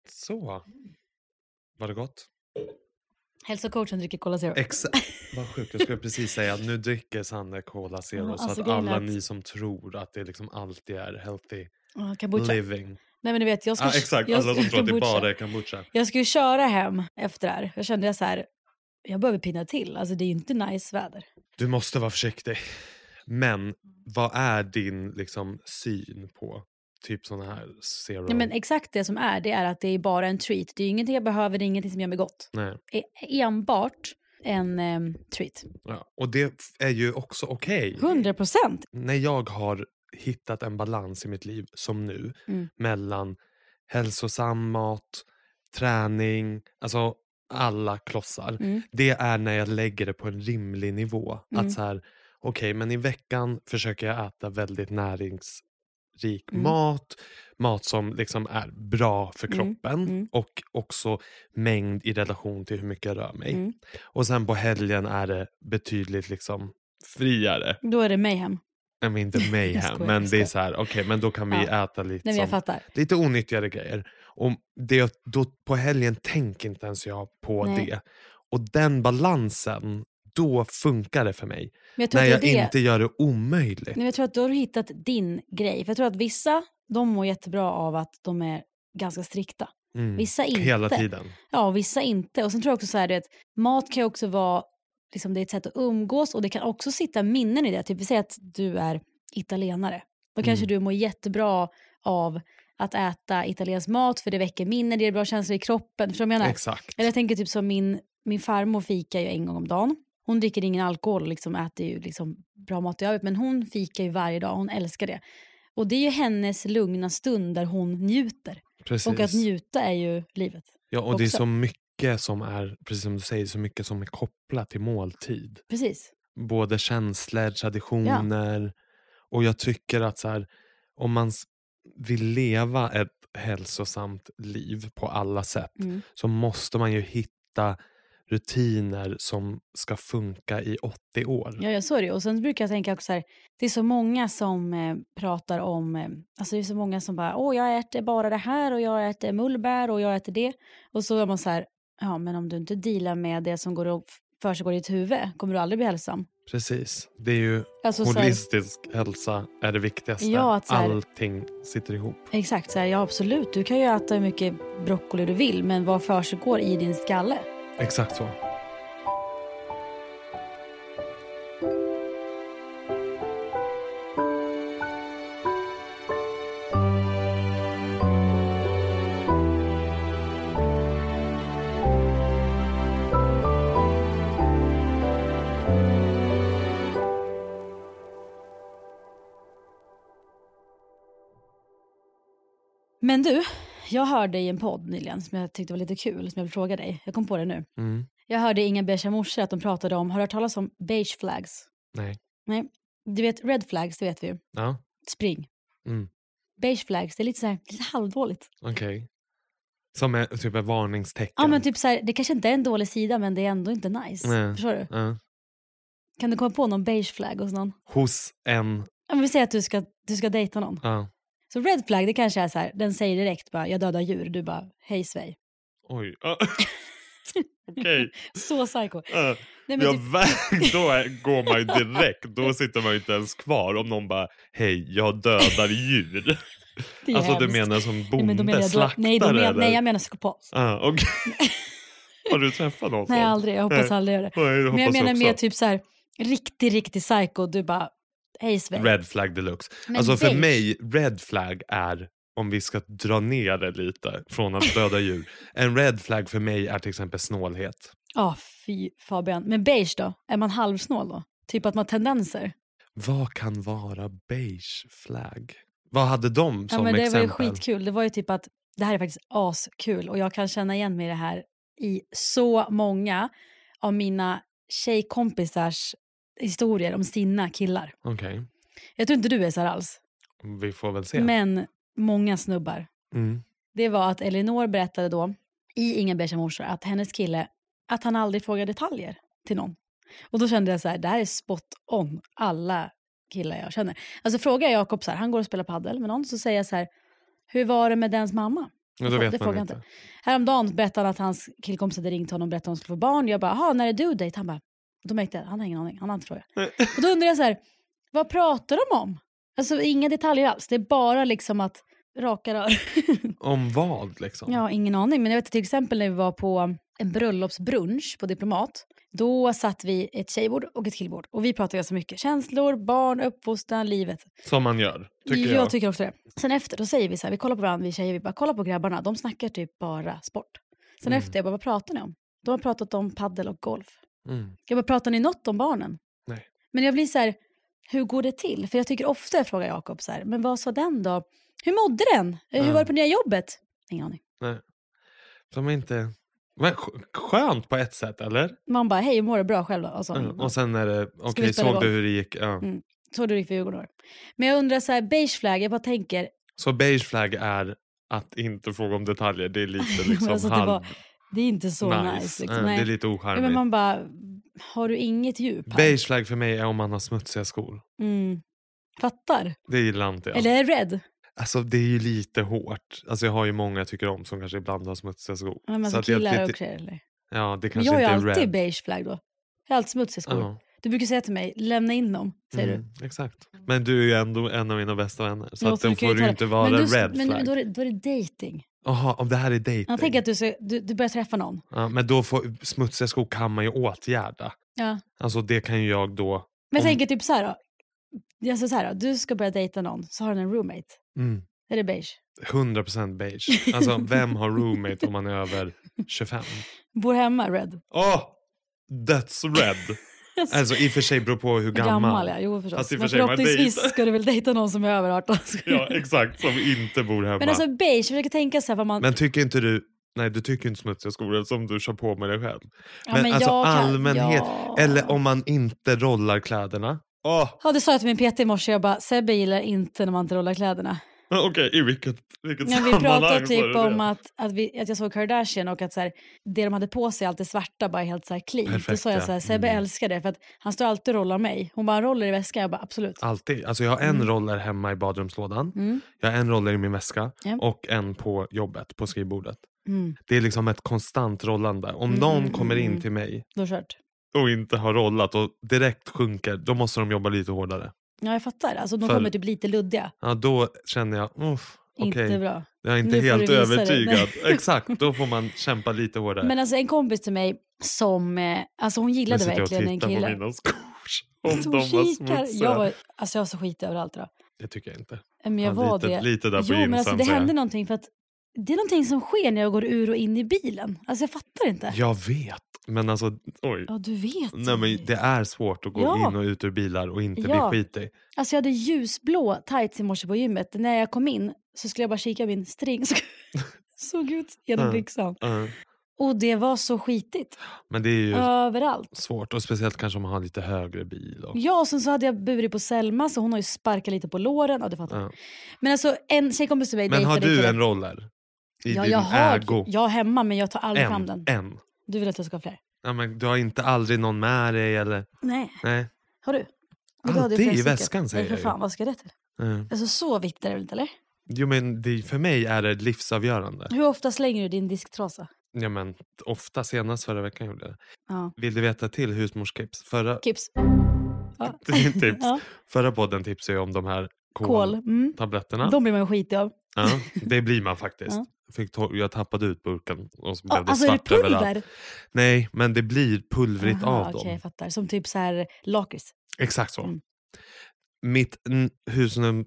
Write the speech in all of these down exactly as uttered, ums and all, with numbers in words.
Så. Var det gott? Hälsocoachen dricker Cola Zero. Exakt. Vad sjukt. Jag skulle precis säga att nu dricker Sanne Cola Zero. Ja, så alltså att grejen alla är att- ni som tror att det liksom alltid är healthy Ja, kombucha. living. Nej men du vet, jag ska... Ja, exakt. jag Alla ska- som tror att det kombucha. bara är kombucha. Jag skulle köra hem efter det här. Jag kände jag så här, jag behöver pinna till. Alltså det är ju inte nice väder. Du måste vara försiktig. Men vad är din liksom syn på typ såna här zero? Nej men exakt det som är, det är att det är bara en treat. Det är ju ingenting jag behöver, det är ingenting som gör mig gott. Nej. E- enbart en um, treat. Ja, och det är ju också okej. hundra procent. När jag har hittat en balans i mitt liv som nu Mm. mellan hälsosam mat, träning, alltså alla klossar. Mm. Det är när jag lägger det på en rimlig nivå. Mm. Att så här, okej, men i veckan försöker jag äta väldigt näringsrik Mm. mat. Mat som liksom är bra för Mm. kroppen. Mm. Och också mängd i relation till hur mycket jag rör mig. Mm. Och sen på helgen är det betydligt liksom friare. Då är det mayhem. Nej, men inte mig Jag hem. skojar, Men jag det är skojar. så här, okej, men då kan vi Ja. äta lite, Nej men jag som, fattar. lite onyttigare grejer. Och det, då, på helgen tänker inte ens jag på Nej. det. Och den balansen, då funkar det för mig. Men jag tror När att jag det är det. inte gör det omöjligt. Nej, men jag tror att du har hittat din grej. För jag tror att vissa, de mår jättebra av att de är ganska strikta. Mm. Vissa inte. Hela tiden. Ja, och vissa inte. Och sen tror jag också så här, du vet, mat kan ju också vara, liksom, det är ett sätt att umgås. Och det kan också sitta minnen i det. Typ vi säger att du är italienare. Då kanske Mm. du mår jättebra av att äta italiensk mat. För det väcker minnen, det ger bra känslor i kroppen. Förstår du vad jag menar? Exakt. Eller jag tänker typ som min, min farmor fikar ju en gång om dagen. Hon dricker ingen alkohol och liksom äter ju liksom bra mat i övrigt. Men hon fikar ju varje dag, hon älskar det. Och det är ju hennes lugna stund där hon njuter. Precis. Och att njuta är ju livet. Ja, och det är också. så mycket som är, precis som du säger, så mycket som är kopplat till måltid. Precis. Både känslor, traditioner. Och jag tycker att så här, om man s- vill leva ett hälsosamt liv på alla sätt. Mm. Så måste man ju hitta rutiner som ska funka i åttio år. Ja, jag såg det. Och sen brukar jag tänka också så här, det är så många som eh, pratar om, eh, alltså det är så många som bara, åh jag äter bara det här och jag äter mullbär och jag äter det. Och så är man så här, ja men om du inte dealar med det som går och för sig går i ditt huvud, kommer du aldrig bli hälsosam. Precis. Det är ju Alltså, så här, holistisk hälsa är det viktigaste. Ja, att så här- Allting sitter ihop. exakt, så här, ja absolut, du kan ju äta hur mycket broccoli du vill, men vad för sig går i din skalle? Exakt så. Men du, jag hörde i en podd nyligen som jag tyckte var lite kul, som jag vill fråga dig. Jag kom på det nu. Mm. Jag hörde Inga Beige morsor att de pratade om, har du hört talas om beige flags? Nej. Nej, du vet red flags, det vet vi ju. Ja, Spring. Mm. Beige flags, det är lite så här, lite halvdåligt. okej. Som är typ ett varningstecken. Ja men typ så här, det kanske inte är en dålig sida, men det är ändå inte nice. Nej. Förstår du? Ja. Kan du komma på någon beige flag hos någon? Hos en... Ja, men vi säger att du ska, du ska dejta någon. Ja. Så red flag, det kanske är så här, den säger direkt bara, jag dödar djur. Du bara, hej svej. Oj. Ja. Okej. Så psycho. Ja. Nej, men Ja, typ, ver- då är, går man ju direkt. Då sitter man ju inte ens kvar om någon bara, hej, jag dödar djur. det är Alltså du hemskt. menar som Nej, bonde, men då menar jag, då, slaktare nej, då men, eller? nej, jag menar psykopat. Ah, okej. Har du träffat någon Nej, sån? aldrig. Jag hoppas Nej. aldrig göra det. Nej, det Men hoppas jag menar också. mer typ så här, riktig, riktig psycho. Du bara, hej svej. Red flag deluxe. Men Alltså för beige. mig, red flag är, om vi ska dra ner det lite från att döda djur. En red flag för mig är till exempel snålhet. Ja, fy Fabian. Men beige då? Är man halvsnål då? Typ att man har tendenser? Vad kan vara beige flag? Vad hade de som Ja, men det exempel? var ju skitkul. Det var ju typ att det här är faktiskt askul. Och jag kan känna igen mig i det här i så många av mina tjejkompisars historier om sina killar. Okej, Jag tror inte du är så här alls. vi får väl se. Men många snubbar. Mm. Det var att Elinor berättade då i Inga Beige morsor att hennes kille, att han aldrig frågar detaljer till någon. Och då kände jag så här, det här är spot on alla killar jag känner. Alltså frågar jag Jakob så här, han går och spelar paddel med någon, så säger jag så här, hur var det med dens mamma? Ja, då vet det man frågar inte. inte. Häromdagen berättade han att hans killkompis hade ringt honom och berättade att han skulle få barn. Jag bara, jaha, när är du dejt? Han bara, då märkte jag, han har ingen aning, han har inte frågat. Och då undrar jag så här, vad pratar de om? Alltså inga detaljer alls, det är bara liksom att raka rör. Om vad liksom? Ja, ingen aning. Men jag vet till exempel när vi var på en bröllopsbrunch på Diplomat. Då satt vi ett tjejbord och ett killbord. Och vi pratade ganska mycket. Känslor, barn, uppfostran, livet. Som man gör, tycker jag. Jag tycker också det. Sen efter, då säger vi så här, vi kollar på varandra, vi tjejer, vi bara kollar på grabbarna. De snackar typ bara sport. Sen Mm. efter, jag bara, vad pratar ni om? De har pratat om paddel och golf. Mm. Jag bara, pratar ni något om barnen? Nej. Men jag blir så här, hur går det till? För jag tycker ofta, jag frågar Jakob så här, men vad sa den då? Hur mådde den? Hur Ja. var det på nya jobbet? Ingen aning. Nej. De är inte... Men sk- skönt på ett sätt, eller? Man bara, hej, hur mår du bra själv då? Och, så, Mm. Och sen är det, okej, okay, vi spela såg golf? du hur det gick? Ja. Mm. Så du gick för Djurgården. Men jag undrar så här, beige flag, jag bara tänker. Så beige flag är att inte fråga om detaljer. Det är lite liksom alltså, det, halv... var, det är inte så nice. nice. Liksom. Mm, det är lite ja, ocharmigt. men man bara, har du inget djup här? Beige flag för mig är om man har smutsiga skor. Mm. Fattar. Det gillar inte jag. Eller är det red? Alltså det är ju lite hårt. Alltså jag har ju många jag tycker om som kanske ibland har smutsiga skor. Ja, men så så att jag killar vet- också eller? Ja, det Men kanske jag har ju inte är alltid red. beige flag då. Jag har alltid smutsiga skor. Ja. Du brukar säga till mig, lämna in dem, säger Mm, du. exakt. Men du är ju ändå en av mina bästa vänner. Så Ja, att så då du kan får ju du ta inte det. vara men du, red men flag. då är, det, då är det dating. Jaha, om det här är dating. Jag tänker att du, ska, du, du börjar träffa någon. Ja, men då får, smutsiga skor kan man ju åtgärda. Ja. Alltså det kan ju jag då... Men jag om- tänker typ så här då. Alltså så här då. Du ska börja dejta någon, så har du en roommate. Mm, Är det beige? hundra procent beige. Alltså vem har roommate om man är över tjugofem? Bor hemma, red. Åh! Oh, that's red. Alltså i och för sig beror på hur gammal. Gammal, ja. Jo, förstås. Fast i och för Men sig man förhoppningsvis dejtar. ska du väl dejta någon som är över arton. Ja, exakt. Som inte bor hemma. Men alltså beige, jag försöker tänka så här vad man... Men tycker inte du... Nej, du tycker inte smutsiga skor som du kör på med dig själv. ja, men, alltså jag kan- allmänhet. ja. Eller om man inte rollar kläderna. Åh! Ja, det sa jag till min P T i morse. Jag bara, Sebbe gillar inte när man inte rollar kläderna. Okej, i vilket, vilket Ja, vi sammanhang pratade sa typ du det? om att, att, vi, att jag såg Kardashian och att så här, det de hade på sig allt det svarta bara helt så här clean. Då Perfekt, sa jag så här, ja. Sebbe Mm. älskar det för att han står alltid och rollar mig. Hon bara, han rollar i väskan. Jag bara, absolut. Alltid. Alltså jag har en roller hemma i badrumslådan. Mm. Jag har en roller i min väska. Ja. Och en på jobbet, på skrivbordet. Mm. Det är liksom ett konstant rollande. Om Mm, någon mm, kommer mm, in mm. till mig Då har jag kört. och inte har rollat och direkt sjunker, då måste de jobba lite hårdare. Ja, jag fattar. Alltså de För- kommer typ lite luddiga. Ja, då känner jag, uff, Inte okej. bra. Jag är Nu inte får helt du visa dig. övertygad. Exakt, då får man kämpa lite hårdare. Men alltså en kompis till mig som, eh, alltså hon Nu gillade sitter jag och verkligen en tittar på kille. mina skor. Om Som de var kikar. smutsiga. Jag var, alltså jag har så skit överallt då. Det tycker jag inte. Men jag Ja, var lite, det. lite där på Jo, men gynsan. alltså det så jag- hände någonting för att det är någonting som sker när jag går ur och in i bilen. Alltså jag fattar inte. Jag vet, men alltså oj. Ja, du vet. Nej, men det är svårt att gå Ja. in och ut ur bilar och inte Ja. bli skitig. Alltså jag hade ljusblå tights i morse på gymmet. När jag kom in så skulle jag bara kika min string. Så såg ut genom Ja. byxan. Uh, Och det var så skitigt. men det är ju Överallt. svårt och speciellt kanske om man har lite högre bil. Och, Ja, och sen så hade jag burit på Selma så hon har ju sparkat lite på låren. Ja, du fattar. ja. Men alltså en tjejkompis till mig Men har dejtade du kille- en roller? I Ja, din jag har, ägo? jag har hemma men jag tar aldrig fram En, den. en. Du vill att jag ska ha fler? Ja, men du har inte aldrig någon med dig eller? Nej. Nej. Har du? Men då hade Alltid jag flera i stycken. väskan, säger Nej, för jag ju. fan, vad ska det till? Mm. Alltså så viktigt är det väl inte, eller? Jo, men det, för mig är det livsavgörande. Hur ofta slänger du din disktrasa? Ja, men ofta, senast förra veckan gjorde jag det. Ja. Vill du veta till husmorstips? Förra, Kips. Ja. tips. Ja. Förra podden tipsade jag om de här Kol. Mm. koltabletterna. De blir man ju skitig av. Ja, det blir man faktiskt. Ja. Fick to- jag tappade ut burken och så blev Ja, det alltså är det svart överallt. pulver? Nej, men det blir pulvrigt Aha, av okej, dem. jag fattar. Som typ så här lakrits. Exakt så. Mm. Mitt n- husnum...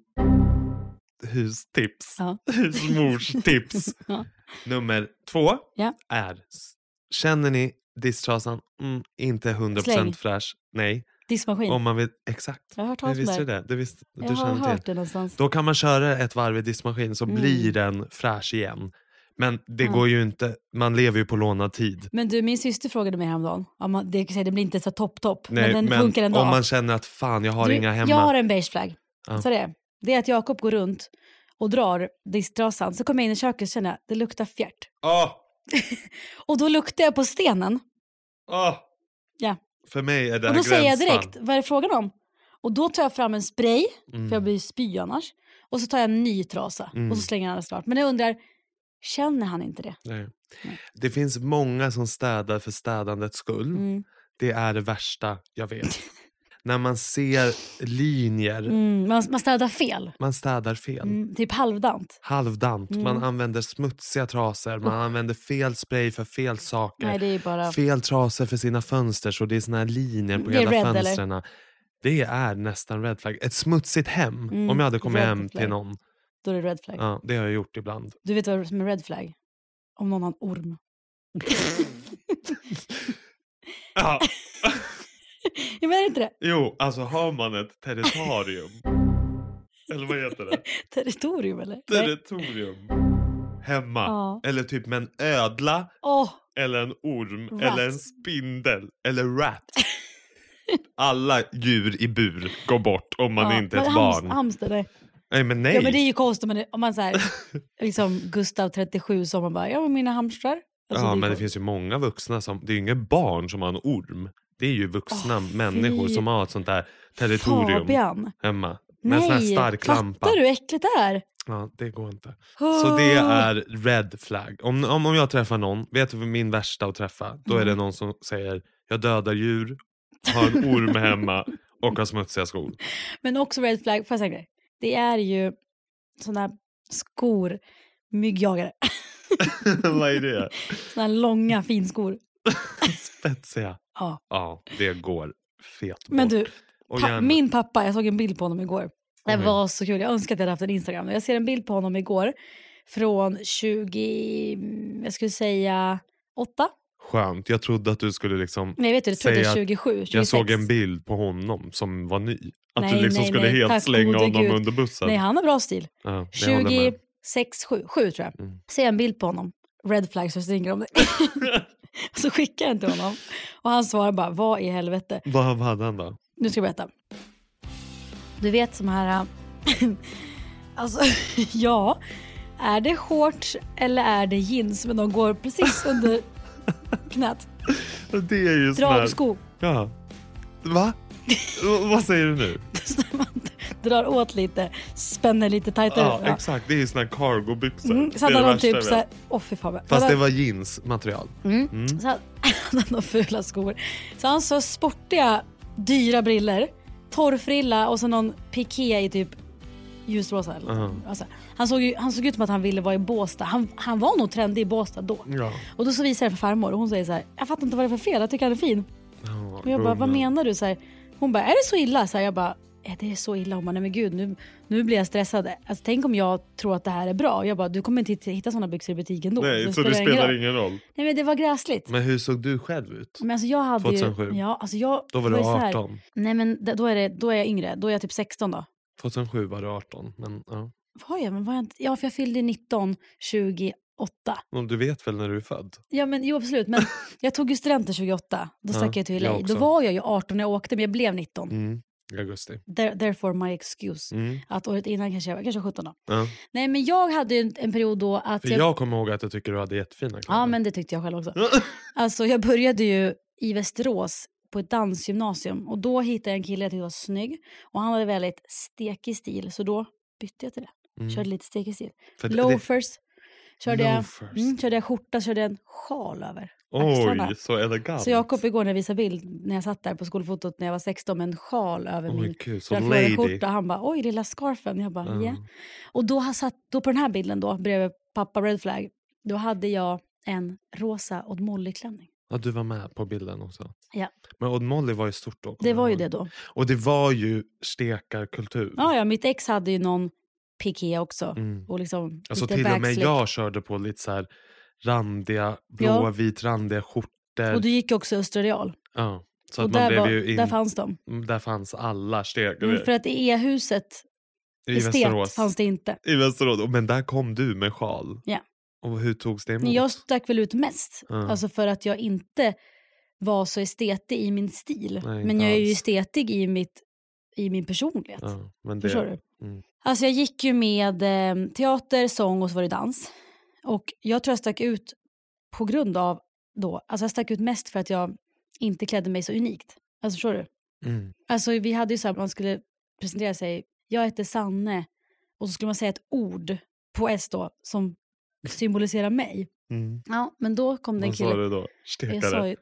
Hustips. Ja. Husmorstips. Ja. Nummer två Ja. är... s- Känner ni disktrasan? Mm, inte hundra procent Släng. fräsch. Nej. Diskmaskin. Om man vill... Exakt. Jag har hört Du talas om visste det. det. Du, visste, du Jag har känner hört till. det någonstans. Då kan man köra ett varv i diskmaskin så Mm. blir den fräsch igen. Men det Ja. går ju inte, man lever ju på lånad tid. Men du, min syster frågade mig häromdagen. Om man, det, det blir inte så topp topp. Nej, men den funkar ändå. om man känner att fan jag har Du, inga hemma. Jag har en beige flagg. Ja. Så det är. Det är att Jakob går runt och drar disktrasan. Så kommer jag in i köket och känner jag det luktar fjärt. Åh! Och då luktar jag på stenen. Åh! Ja. För mig är det Och här då säger jag gränsfall. direkt, vad är det frågan om? Och då tar jag fram en spray, Mm. för jag blir spy annars. Och så tar jag en ny trasa. Mm. Och så slänger jag den snart. Men jag undrar, känner han inte det. Nej. Nej. Det finns många som städar för städandets skull. Mm. Det är det värsta jag vet. När man ser linjer. Mm. Man, man städar fel. Man städar fel. Mm. Typ halvdant. Halvdant. Mm. Man använder smutsiga trasor. Man Oh. använder fel spray för fel saker. Nej, det är bara... Fel trasor för sina fönster. Så det är såna här linjer på Det är hela red, fönstren. Eller? Det är nästan red flag. Ett smutsigt hem. Mm, Om jag hade kommit red hem flag. till någon. Då är det red flag. Ja, det har jag gjort ibland. Du vet vad som är red flag? Om någon har en orm. Ja. Jag menar inte det. Jo, alltså har man ett territorium. Eller vad heter det? Territorium eller? Territorium. Hemma. Ja. Eller typ med en ödla. Åh, Eller en orm. Rat. Eller en spindel. Eller rat. Alla djur i bur går bort om man ja. inte är ett Men barn. hams- Hamster, nej. Nej men nej. Ja, men det är ju konstigt om man, om man så här, liksom Gustav trettiosju som man bara, ja men mina hamstrar. Alltså, ja det är men det konstigt. finns ju många vuxna som, det är ju inga barn som har en orm. Det är ju vuxna Åh, fy. människor som har ett sånt där territorium Fabian. hemma. Med en sån här Nej, stark lampa. fattar du hur äckligt det är? Ja, det går inte. Så det är red flag. Om, om, om jag träffar någon, vet du vad min värsta att träffa? Då är det någon som säger, jag dödar djur, har en orm hemma och har smutsiga skor. Men också red flag, får jag säga en grej? Det är ju såna skor, myggjagare. Vad är det? Såna långa finskor. Spetsiga. Ja. Ja, det går fet Men bort. du, Och pa- gärna- min pappa, jag såg en bild på honom igår. Det Oj. var så kul, jag önskar att jag hade haft en Instagram. Jag ser en bild på honom igår från tjugo, jag skulle säga åtta. Skönt, jag trodde att du skulle liksom Nej, jag vet du, jag trodde säga att tjugosju, tjugosex. jag såg en bild på honom som var ny. Att Nej, du liksom nej, skulle nej. helt Tack slänga gode honom Gud. under bussen. Nej, han har bra stil. Ja, det håller jag med. tjugosex, sju, sju tror jag. Mm. Ser en bild på honom. Red flags, så ringer om det. Så skickar jag den till honom. Och han svarar bara, vad i helvete? Vad hade han då? Nu ska jag berätta. Du vet som här... alltså, ja. Är det shorts eller är det jeans? Men de går precis under knät. Det är ju sån här... Dragsko. Ja. Va? V- vad säger du nu? Man drar åt lite, spänner lite tajtare. Ja, Ja. exakt. Det är ju såna här cargo-byxor. Mm, Det så är hade det han värsta typ jag så här, vet. åh fy fan. Fast Så det han- var jeansmaterial. Mm. Mm. Så han han hade några fula skor. Så han så sportiga, dyra briller, torrfrilla och så någon piké i typ ljusrosa. Eller Uh-huh. alltså, han, såg ju, han såg ut som att han ville vara i Båstad. Han, han var nog trendig i Båstad då. Ja. Och då så visar jag för farmor och hon säger så här, jag fattar inte vad det är för fel, jag tycker han är fin. Ja, Och jag bara, vad gumman. menar du? Så här, hon bara, är det så illa? Så här, jag bara, är det så illa? Hon bara, nej men gud, nu, nu blir jag stressad. Alltså, tänk om jag tror att det här är bra. Jag bara, du kommer inte hitta sådana byxor i butiken då. Nej, så det spelar ingen roll. Nej men det var gräsligt. Men hur såg du själv ut? Men alltså jag hade tjugohundrasju. ju, ja, alltså jag, Då var det du så här- arton. Nej men d- då är, det, då är jag yngre, då är jag typ sexton då. tjugohundrasju var du arton. Men, ja. Var jag? Men var jag inte? Ja, för jag fyllde nitton tjugoåtta. Och du vet väl när du är född? Ja men jo absolut, men jag tog ju studenten tjugoåtta. Då Ja, stack jag till jag L A. också. Då var jag ju arton när jag åkte, men jag blev nitton. Mm. I augusti. There, therefore my excuse. Mm. Att året innan kanske jag var kanske sjutton då. Ja. Nej men jag hade ju en, en period då att... För jag, jag kommer ihåg att jag tycker du hade jättefina kläder. ja men det tyckte jag själv också. Alltså jag började ju i Västerås på ett dansgymnasium. Och då hittade jag en kille jag tyckte var snygg. Och han hade väldigt stekig stil. Så då bytte jag till det. Mm. Körde lite stekig stil. För det- Loafers. Körde jag, Loafers. mm, körde jag skjorta, körde jag en sjal över axlarna. Oj, så elegant. Så Jakob igår när jag visade bild när jag satt där på skolfotot när jag var sexton med en sjal över Oj, min gud, så Ralph lady. Lauren-skjorta. Han bara, oj lilla scarfen. Jag bara, ja. Ja. Yeah. Och då, har satt, då på den här bilden då, bredvid pappa Red Flag, då hade jag en rosa Odd Molly-klänning. Ja, du var med på bilden också. Ja. Men Odd Molly var ju stort då. Det var ju det då. Och det var ju stekarkultur. Ja, ja, mitt ex hade ju någon piké också. Mm. Och liksom Alltså lite till och med backslip. jag körde på lite så här randiga, Ja. blåvit randiga skjortor. Och du gick ju också Östra Real. Ja. Så Och att man där, blev var, ju in... där fanns de. där fanns alla stegare. Mm, för att i E-huset, I estet, Västerås. fanns det inte. I Västerås. Men där kom du med sjal. Ja. Och hur togs det emot? Men jag stack väl ut mest. Ja. Alltså för att jag inte var så estetig i min stil. Nej, men inte jag är ju alls. estetig i, mitt, i min personlighet. Ja, men det... Förstår du? Mm. Alltså jag gick ju med eh, teater, sång och så var det dans. Och jag tror jag stack ut på grund av då. Alltså jag stack ut mest för att jag inte klädde mig så unikt. Alltså förstår du? Mm. Alltså vi hade ju så här, man skulle presentera sig. Jag heter Sanne. Och så skulle man säga ett ord på S då som symbolisera mig. Mm. Ja, men då kom det en Vad kille. sa du då? Stekare? Jag sa ju...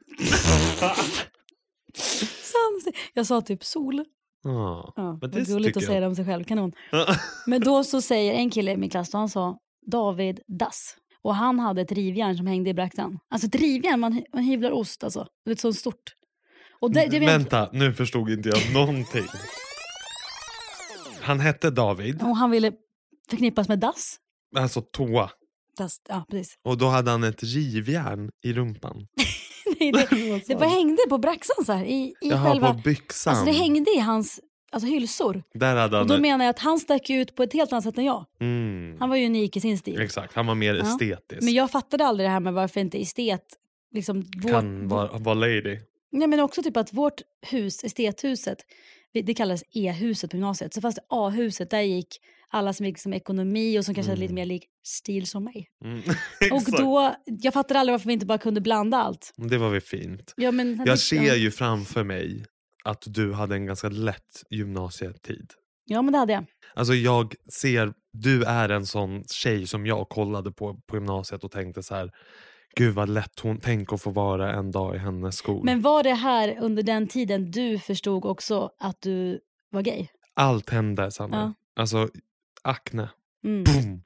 jag sa typ sol. Ja, Ja, men det det var gulligt att tycker säga jag. det om sig själv, kanon. Men då så säger en kille i min klass, och han sa David Dass. Och han hade ett rivjärn som hängde i braxan. Alltså ett rivjärn, man, man hyvlar ost alltså. Det är så stort. Och det, det Vänta, nu förstod inte jag någonting. Han hette David. Och han ville förknippas med dass. Alltså toa. Das, ja, precis. Och då hade han ett rivjärn i rumpan. Nej, det, det bara hängde på braxan så här. I, i Jaha, själva, på byxan. alltså det hängde i hans alltså, hylsor. Där hade han Och då ett... menar jag att han stack ut på ett helt annat sätt än jag. Mm. Han var ju unik i sin stil. Exakt, han var mer Ja. estetisk. Men jag fattade aldrig det här med varför inte estet liksom, vår, Kan vara, vara lady. Nej, men också typ att vårt hus, estethuset, det det kallas E-huset på gymnasiet. Så fanns det A-huset, där gick alla som gick som ekonomi och som kanske Mm. hade lite mer lik stil som mig. Mm. Och Exakt. då, jag fattade aldrig varför vi inte bara kunde blanda allt. Det var väl fint. Ja, men, Jag ser ju framför mig att du hade en ganska lätt gymnasietid. Ja, men det hade jag. Alltså jag ser, du är en sån tjej som jag kollade på på gymnasiet och tänkte så här: gud vad lätt hon, tänk att få vara en dag i hennes skor. Men var det här under den tiden du förstod också att du var gay? Allt hände, Sanna. Ja. Alltså, akne. Mm. Boom,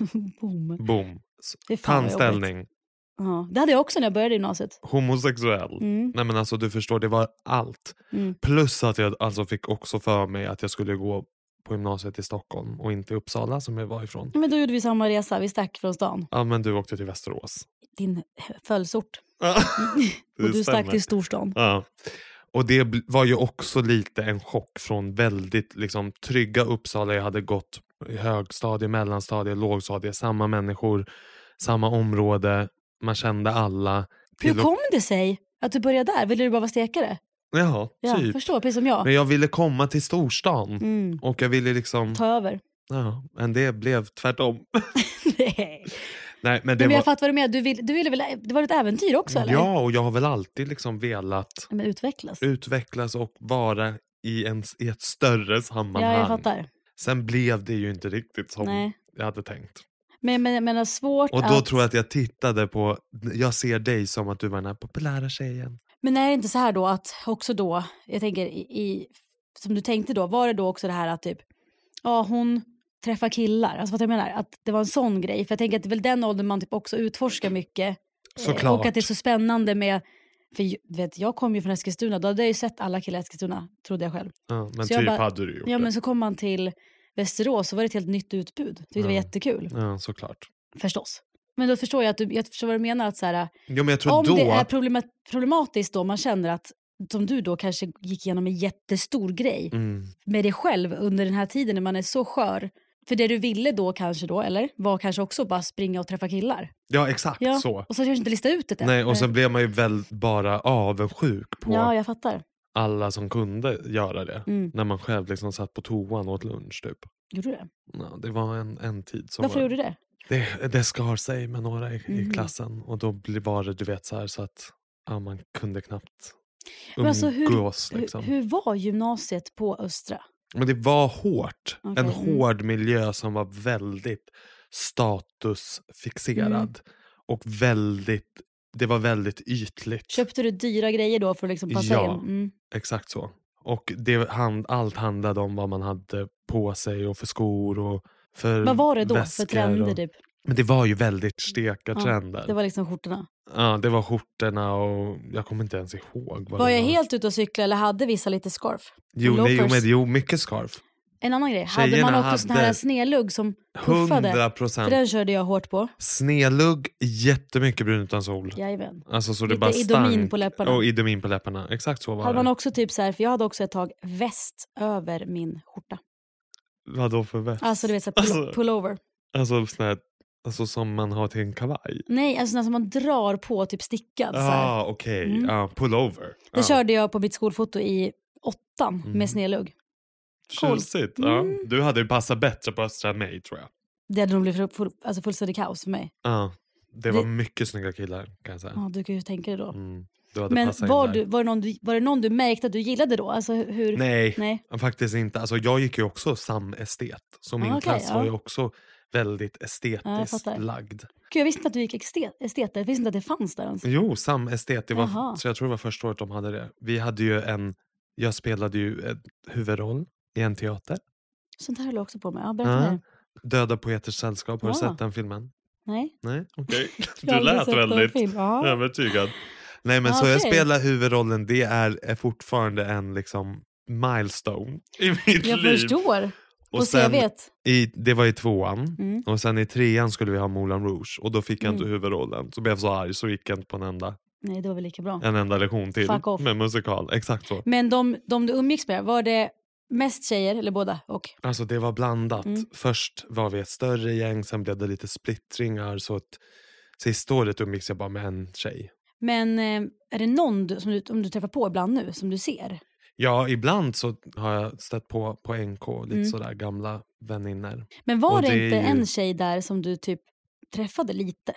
Boom. boom. Det är fan vad jobbigt. Tandställning. Ja, det hade jag också när jag började i gymnasiet. Homosexuell. Mm. Nej men alltså du förstår, det var allt. Mm. Plus att jag alltså fick också för mig att jag skulle gå på gymnasiet i Stockholm och inte i Uppsala som jag var ifrån. Men då gjorde vi samma resa, vi stack från stan. Ja men du åkte till Västerås. Din följsort. Ja, det Och du stack stämmer. till storstan. Ja. Och det bl- var ju också lite en chock från väldigt liksom, trygga Uppsala. Jag hade gått i högstadie, mellanstadie, lågstadie, samma människor, samma område, man kände alla. Hur Till- kom det sig att du började där? Ville du bara vara stekare? Ja, Ja, typ. förstår, precis som jag. Men jag ville komma till storstan. Mm. Och jag ville liksom, Ta över. ja, men det blev tvärtom. Nej. Nej, men det Men jag var, fattar vad du menar. Du, vill, du ville väl, det var ett äventyr också, eller? ja, och jag har väl alltid liksom velat Men utvecklas. utvecklas och vara i, en, i ett större sammanhang. Ja, jag fattar. Sen blev det ju inte riktigt som Nej. jag hade tänkt. Men men, men det är svårt Och då att... tror jag att jag tittade på, jag ser dig som att du var den här populära tjejen. Men är det inte så här då att också då, jag tänker i, i som du tänkte då, var det då också det här att typ, ja hon träffar killar, alltså vad jag menar, att det var en sån grej. För jag tänker att det är väl den åldern man typ också utforskar mycket. Eh, Såklart. Och att det är så spännande med, för ju- du vet, jag kom ju från Eskilstuna, då hade jag ju sett alla killar i Eskilstuna, trodde jag själv. Ja, men Så jag typ bara- hade du gjort Ja, det. men så kom man till Västerås så var det ett helt nytt utbud. Det var Ja. jättekul, Ja, såklart. förstås. Men då förstår jag att du, jag förstår vad du menar, att så här, Jo, men jag tror om då... det är problema- problematiskt då, man känner att som du då kanske gick igenom en jättestor grej Mm, med dig själv under den här tiden när man är så skör. För det du ville då kanske då, eller? Var kanske också bara springa och träffa killar. ja, exakt Ja, så. och så kanske inte lista ut det. Nej, och sen blev man ju väl bara avundsjuk på Ja, jag fattar. alla som kunde göra det. Mm. När man själv liksom satt på toan och åt lunch typ. Gjorde du det? Ja, det var en, en tid som Varför var, gjorde du det? det, det skar sig med några i, Mhm. i klassen. Och då bli- var det, du vet, så här så att ja, man kunde knappt Men alltså, hur- umgås. liksom. Hur, hur var gymnasiet på Östra? Men det var hårt. Okej, En mm. hård miljö som var väldigt statusfixerad. Mm. Och väldigt, det var väldigt ytligt. Köpte du dyra grejer då för att liksom passa Ja. in? Mm. Exakt så. Och det, hand, allt handlade om vad man hade på sig och för skor och för Vad var det då väskor för trender och, typ? Men det var ju väldigt stekartrender. Det var liksom skjortorna. Ja, det var skjortorna och jag kommer inte ens ihåg. Vad Var det jag var. helt ute och cykla eller hade vissa lite scarf? Jo, och nej, jo, loafers? men, jo, mycket scarf. En annan grej, hade Tjejerna man också sån här hade snedlugg som puffade? hundra För procent. den körde jag hårt på. Snedlugg, jättemycket brun utan sol. Jajamän. Alltså så det Lite bara Idomin stank. på läpparna. Och idomin på läpparna. Exakt så var Hade det. man också typ så här, för jag hade också ett tag väst över min skjorta. Vad då för väst? Alltså du vet så här, pull- Alltså- pullover. Alltså, sån här, alltså som man har till en kavaj. Nej, alltså sån här som man drar på typ stickad. så här. Ja, ah, okej. Mm. Ja, pullover. Det Ja. körde jag på mitt skolfoto i åttan Mm. med snedlugg. Cool. Tjusigt. Ja. Mm. Du hade ju passat bättre på Östra än mig, tror jag. Det hade nog blivit full, alltså fullständig kaos för mig. Ja. Det var Det- mycket snygga killar, kan jag säga. Ja, du kan ju tänka dig då. Mm. Du hade Men passat in var, där. du, var, det någon du, var det någon du märkte att du gillade då? Alltså hur? Nej, Nej. faktiskt inte. Alltså, jag gick ju också samestet. Så min Ah, okej, klass ja. var ju också väldigt Ja, jag estetiskt fattar. lagd. Gud, jag visste inte att du gick estet, estet. Jag visste inte att det fanns där ens. Jo, samestet. Det var, Jaha. så jag tror det var första året de hade det. Vi hade ju en, jag spelade ju en huvudroll i en teater. Sånt här höll jag också på med. Ja, berätta Ja. mer. Döda poeters sällskap. Har du Ja. sett den filmen? Nej. Nej, okej. Jag har Du aldrig lät sett någon väldigt film. Ja. övertygad. Nej, men Ja, så jag okej. spelar huvudrollen. Det är, är fortfarande en liksom milestone i mitt Jag liv. förstår. Och Och så jag sen, vet. i, det var i tvåan. Mm. Och sen i trean skulle vi ha Moulin Rouge. Och då fick jag inte Mm. huvudrollen. Så blev jag så arg så gick jag inte på en enda, Nej, det var väl lika bra. en enda lektion till. Fuck off. Med musikal. Exakt så. Men de, de du umgicks med, var det mest tjejer eller båda? Och? Alltså det var blandat. Mm. Först var vi ett större gäng. Sen blev det lite splittringar. Så att sista året umgicks jag bara med en tjej. Men eh, är det någon du, som du, om du träffar på ibland nu som du ser? Ja, ibland så har jag stött på på N K. Lite Mm. sådär gamla väninnor. Men var Och det, det är inte ju- en tjej där som du typ träffade lite?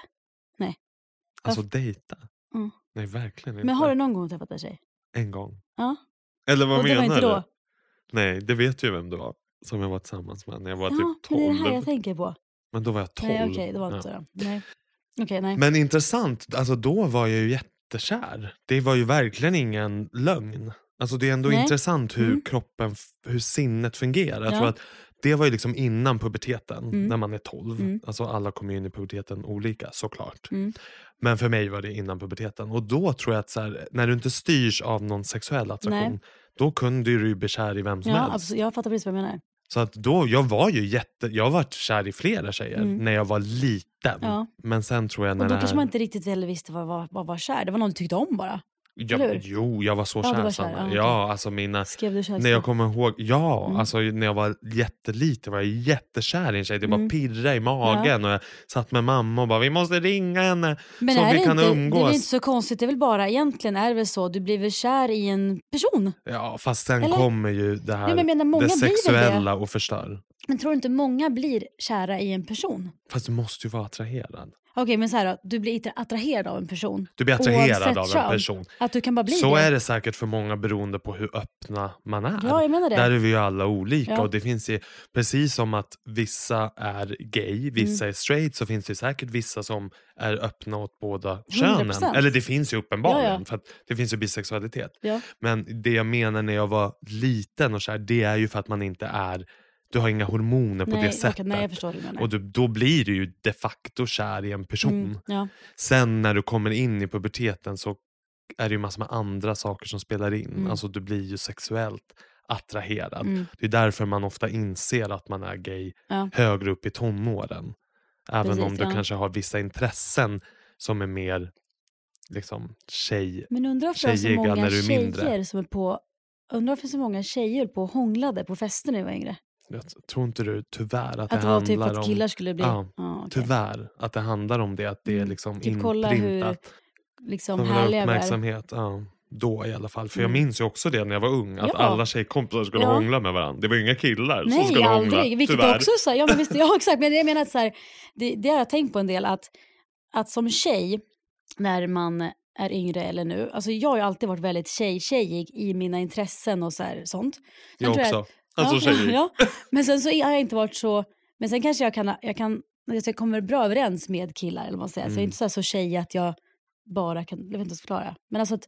Alltså dejta? Mm. Nej, verkligen inte. Men har du någon gång träffat en tjej? En gång. Ja. Eller vad Och det menar var inte du? då? Nej, det vet ju vem det var. Som jag var tillsammans med när jag var Ja, typ men tolv. det är det här jag tänker på. Men då var jag tolv. Nej, okej, det var inte Ja. så då. Nej. Okej, nej. Men intressant, alltså då var jag ju jättekär. Det var ju verkligen ingen lögn. Alltså det är ändå Nej. intressant hur Mm. kroppen, f- hur sinnet fungerar. Jag Ja. tror att det var ju liksom innan puberteten, Mm. när man är tolv. Mm. Alltså alla kommer ju in i puberteten olika, såklart. Mm. Men för mig var det innan puberteten. Och då tror jag att så här, när du inte styrs av någon sexuell attraktion, Nej. då kunde du ju bli kär i vem som Ja, helst. absolut. Jag fattar precis vad jag menar. Så att då, jag var ju jätte, jag har varit kär i flera tjejer Mm. när jag var liten. Ja. Men sen tror jag när Och då det kanske här... man inte riktigt heller visste vad var, vad var kär. Det var någon du tyckte om bara. Ja, eller hur? jo, jag var så Ja, du kär. var kär, Sanna. ja, okej. Ja, alltså mina... Skrev du kärlek? När jag kommer ihåg, ja, Mm. alltså när jag var jätteliten var jag jättekär i en tjej. Det bara Mm. pirrade i magen och jag satt med mamma och bara, vi måste ringa henne Men så är vi det kan inte, umgås. det är väl inte så konstigt. Det är väl bara, egentligen är det väl så. Du blir väl kär i en person. Ja, fast sen Eller? kommer ju det här, Ja, men jag menar, många det blir väl sexuella och förstör. Men tror du inte många blir kära i en person? Fast du måste ju vara attraherad. Okej, men så här då. Du blir inte attraherad av en person. Du blir attraherad Oavsett av en kön. person. Att du kan bara bli Så det. är det säkert för många beroende på hur öppna man är. Ja, jag menar det. Där är vi ju alla olika. Ja. Och det finns ju, precis som att vissa är gay, vissa Mm. är straight, så finns det säkert vissa som är öppna åt båda hundra könen. procent. Eller det finns ju uppenbarligen, Ja, ja. för att det finns ju bisexualitet. Ja. Men det jag menar när jag var liten och så här, det är ju för att man inte är, du har inga hormoner på Nej, det okej, sättet. nej, jag förstår vad du menar. Och du, då blir du ju de facto kär i en person. Mm, ja. Sen när du kommer in i puberteten så är det ju massor med andra saker som spelar in. Mm. Alltså du blir ju sexuellt attraherad. Mm. Det är därför man ofta inser att man är gay Ja. högre upp i tonåren. Även Precis, om du ja. kanske har vissa intressen som är mer liksom tjej. Men undrar varför det är så Tjejiga många när du är tjejer mindre. som är på... Undrar varför så många tjejer på och hånglade på fester när jag var yngre. Jag tror inte du tyvärr att, Att det det var typ handlar att om... killar skulle bli... Ja, Ja, okej. Tyvärr att det handlar om det. Att det är Mm. liksom Typ kolla hur inprintat. liksom Som vill ha härliga vi är. uppmärksamhet. Ja, då i alla fall. För Mm. jag minns ju också det när jag var ung. Att Ja. alla tjejkompisar skulle Ja. hångla med varandra. Det var ju inga killar som Nej, skulle hångla. aldrig. Vilket Tyvärr. också så här, ja, men visst, ja exakt, men jag menar att så här, det, det har jag tänkt på en del att, att som tjej när man är yngre eller nu, alltså jag har ju alltid varit väldigt tjej-tjejig i mina intressen och så här, sånt. Sen Jag tror också. Alltså ja, tjejer. ja, men sen så har jag inte varit så, men sen kanske jag kan, jag kan jag kommer bra överens med killar eller vad man säger. Så jag är Mm. inte så, här så tjej att jag bara kan, jag vet inte ens förklara. Men alltså att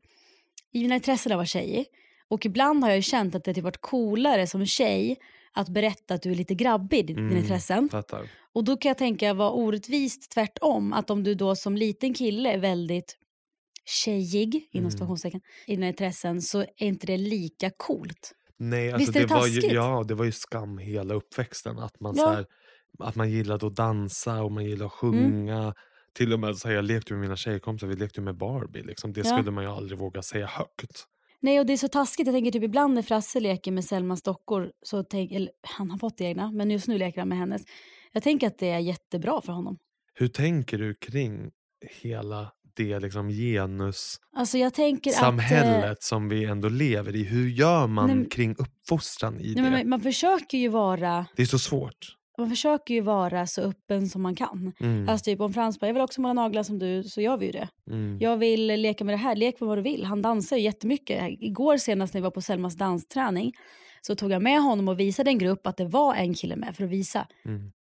i mina intressen har jag varit tjej. Och ibland har jag ju känt att det typ varit coolare som tjej att berätta att du är lite grabbig i dina Mm. intressen. Fattar. Och då kan jag tänka vad orättvist tvärtom. Att om du då som liten kille är väldigt tjejig inom Mm. situationstecken i dina intressen så är inte det lika coolt. Nej, alltså Visst är det det var ju, taskigt? ja, det var ju skam hela uppväxten. Att man, Ja. så här, att man gillade att dansa och man gillade att sjunga. Mm. Till och med så här, jag lekte med mina tjejkompisar, vi lekte med Barbie. Liksom. Det Ja. skulle man ju aldrig våga säga högt. Nej, och det är så taskigt. Jag tänker typ ibland när Frasse leker med Selmas dockor så tänk, eller han har fått egna, men just nu leker han med hennes. Jag tänker att det är jättebra för honom. Hur tänker du kring hela det liksom genus Alltså jag tänker samhället att... eh, som vi ändå lever i? Hur gör man Nej, men- kring uppfostran i Nej, det? men man, man försöker ju vara... Det är så svårt. Man försöker ju vara så öppen som man kan. Mm. Alltså typ om Frans bara, jag vill också måla naglar som du, så gör vi ju det. Mm. Jag vill leka med det här, lek med vad du vill. Han dansar ju jättemycket. Igår senast när vi var på Selmas dansträning så tog jag med honom och visade en grupp att det var en kille med för att visa. Mm.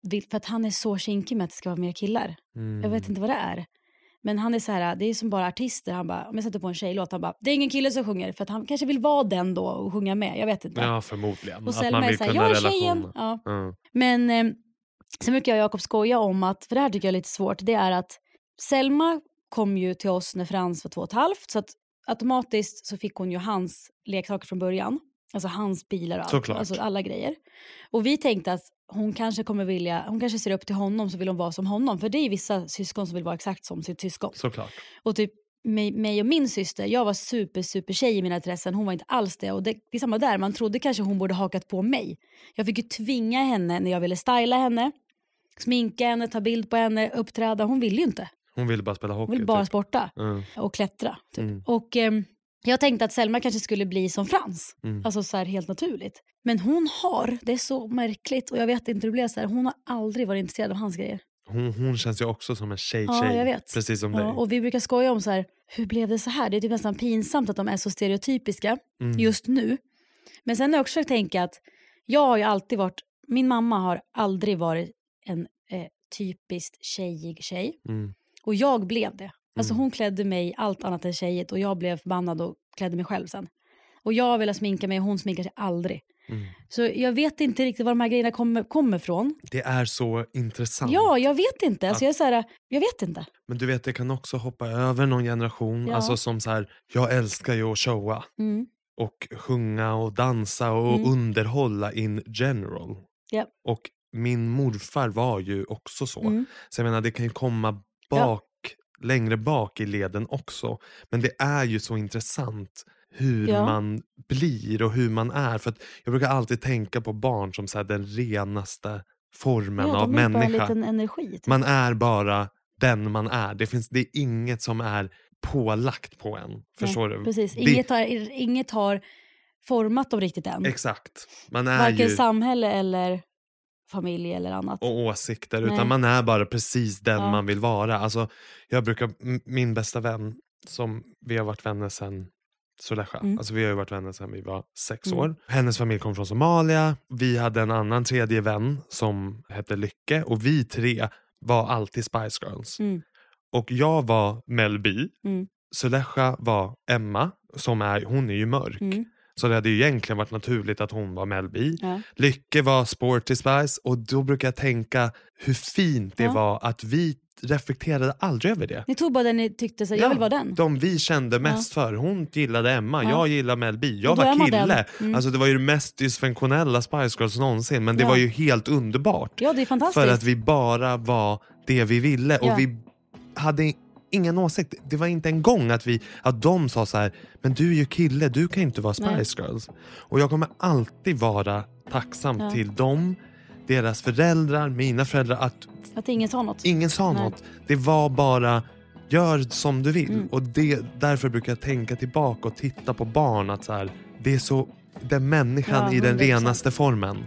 vill, för att han är så kinkig med att det ska vara mer killar. Mm. Jag vet inte vad det är. Men han är så här, det är som bara artister. Han bara, om jag sätter på en tjejlåt, han bara, det är ingen kille som sjunger. För att han kanske vill vara den då och sjunga med. Jag vet inte. Ja, förmodligen. Och att Selma man är vill så här, kunna jag är relation. tjejen. Ja. Mm. Men eh, sen brukar jag och Jakob skoja om att, för det här tycker jag är lite svårt. Det är att Selma kom ju till oss när Frans var två och ett halvt. Så att automatiskt så fick hon ju hans leksaker från början. Alltså hans bilar och allt. Såklart. Alltså alla grejer. Och vi tänkte att hon kanske kommer vilja, hon kanske ser upp till honom så vill hon vara som honom. För det är ju vissa syskon som vill vara exakt som sitt syskon. Såklart. Och typ mig, mig och min syster, jag var super super tjej i mina intressen. Hon var inte alls det. Och det, det är samma där, man trodde kanske hon borde hakat på mig. Jag fick ju tvinga henne när jag ville styla henne. Sminka henne, ta bild på henne, uppträda. Hon ville ju inte. Hon ville bara spela hockey. Hon ville bara typ. sporta Mm. och klättra. Typ. Mm. Och eh, jag tänkte att Selma kanske skulle bli som Frans. Mm. Alltså så här helt naturligt. Men hon har, det är så märkligt. Och jag vet inte hur det blev så här. Hon har aldrig varit intresserad av hans grejer. Hon, hon känns ju också som en tjej-tjej. Ja, jag vet. Precis som Ja, dig. och vi brukar skoja om så här, hur blev det så här? Det är typ nästan pinsamt att de är så stereotypiska Mm. just nu. Men sen har jag också tänkt att jag har ju alltid varit, min mamma har aldrig varit en eh, typiskt tjejig tjej. Mm. Och jag blev det. Alltså Mm. hon klädde mig allt annat än tjejigt och jag blev förbannad och klädde mig själv sen. Och jag ville sminka mig och hon sminkar sig aldrig. Mm. Så jag vet inte riktigt var de här grejerna kommer, kommer ifrån. Det är så intressant. Ja, jag vet inte. Alltså Ja. jag är så här, jag vet inte. Men du vet, det kan också hoppa över någon generation. Ja. Alltså som så här, jag älskar ju att showa. Mm. Och sjunga och dansa och Mm. underhålla in general. Ja. Och min morfar var ju också så. Mm. Så jag menar, det kan ju komma bak, längre bak i leden också. Men det är ju så intressant hur Ja. man blir och hur man är. För att jag brukar alltid tänka på barn som så här, den renaste formen Ja, av de är bara en människa. liten energi. Typ. Man är bara den man är. Det, finns, det är inget som är pålagt på en. Förstår Nej, du? Precis. Det- Inget har, inget har format dem riktigt än. Exakt. Man är Varken ju... samhälle eller familj eller annat. och åsikter, Nej. utan man är bara precis den Ja. man vill vara. Alltså, jag brukar, m- min bästa vän, som vi har varit vänner sedan Suleja, Mm. alltså vi har ju varit vänner sedan vi var sex Mm. år. Hennes familj kom från Somalia, vi hade en annan tredje vän som hette Lycke, och vi tre var alltid Spice Girls. Mm. Och jag var Mel B, Mm. Suleja var Emma, som är, hon är ju mörk. Mm. Så det hade ju egentligen varit naturligt att hon var Mel B. Ja. Lycke var Sporty Spice, och då brukar jag tänka hur fint det Ja. var att vi reflekterade aldrig över det. Ni tog bara den ni tyckte, så jag Ja, vill vara den. De vi kände mest för. Hon gillade Emma, Ja. jag gillade Mel B. Jag Och då är var man kille. den. Mm. Alltså det var ju det mest dysfunktionella Spice Girls någonsin. Men det Ja. var ju helt underbart. Ja, det är fantastiskt. För att vi bara var det vi ville. Ja. Och vi hade ingen åsikt. Det var inte en gång att, vi, att de sa så här: men du är ju kille, du kan inte vara Spice Girls. Och jag kommer alltid vara tacksam Ja. till dem, deras föräldrar, mina föräldrar, att Att ingen sa något. ingen sa Nej. något. Det var bara, gör som du vill. Mm. Och det, därför brukar jag tänka tillbaka och titta på barn, att så här, det är så, den människan Ja, i den hundra procent. renaste formen.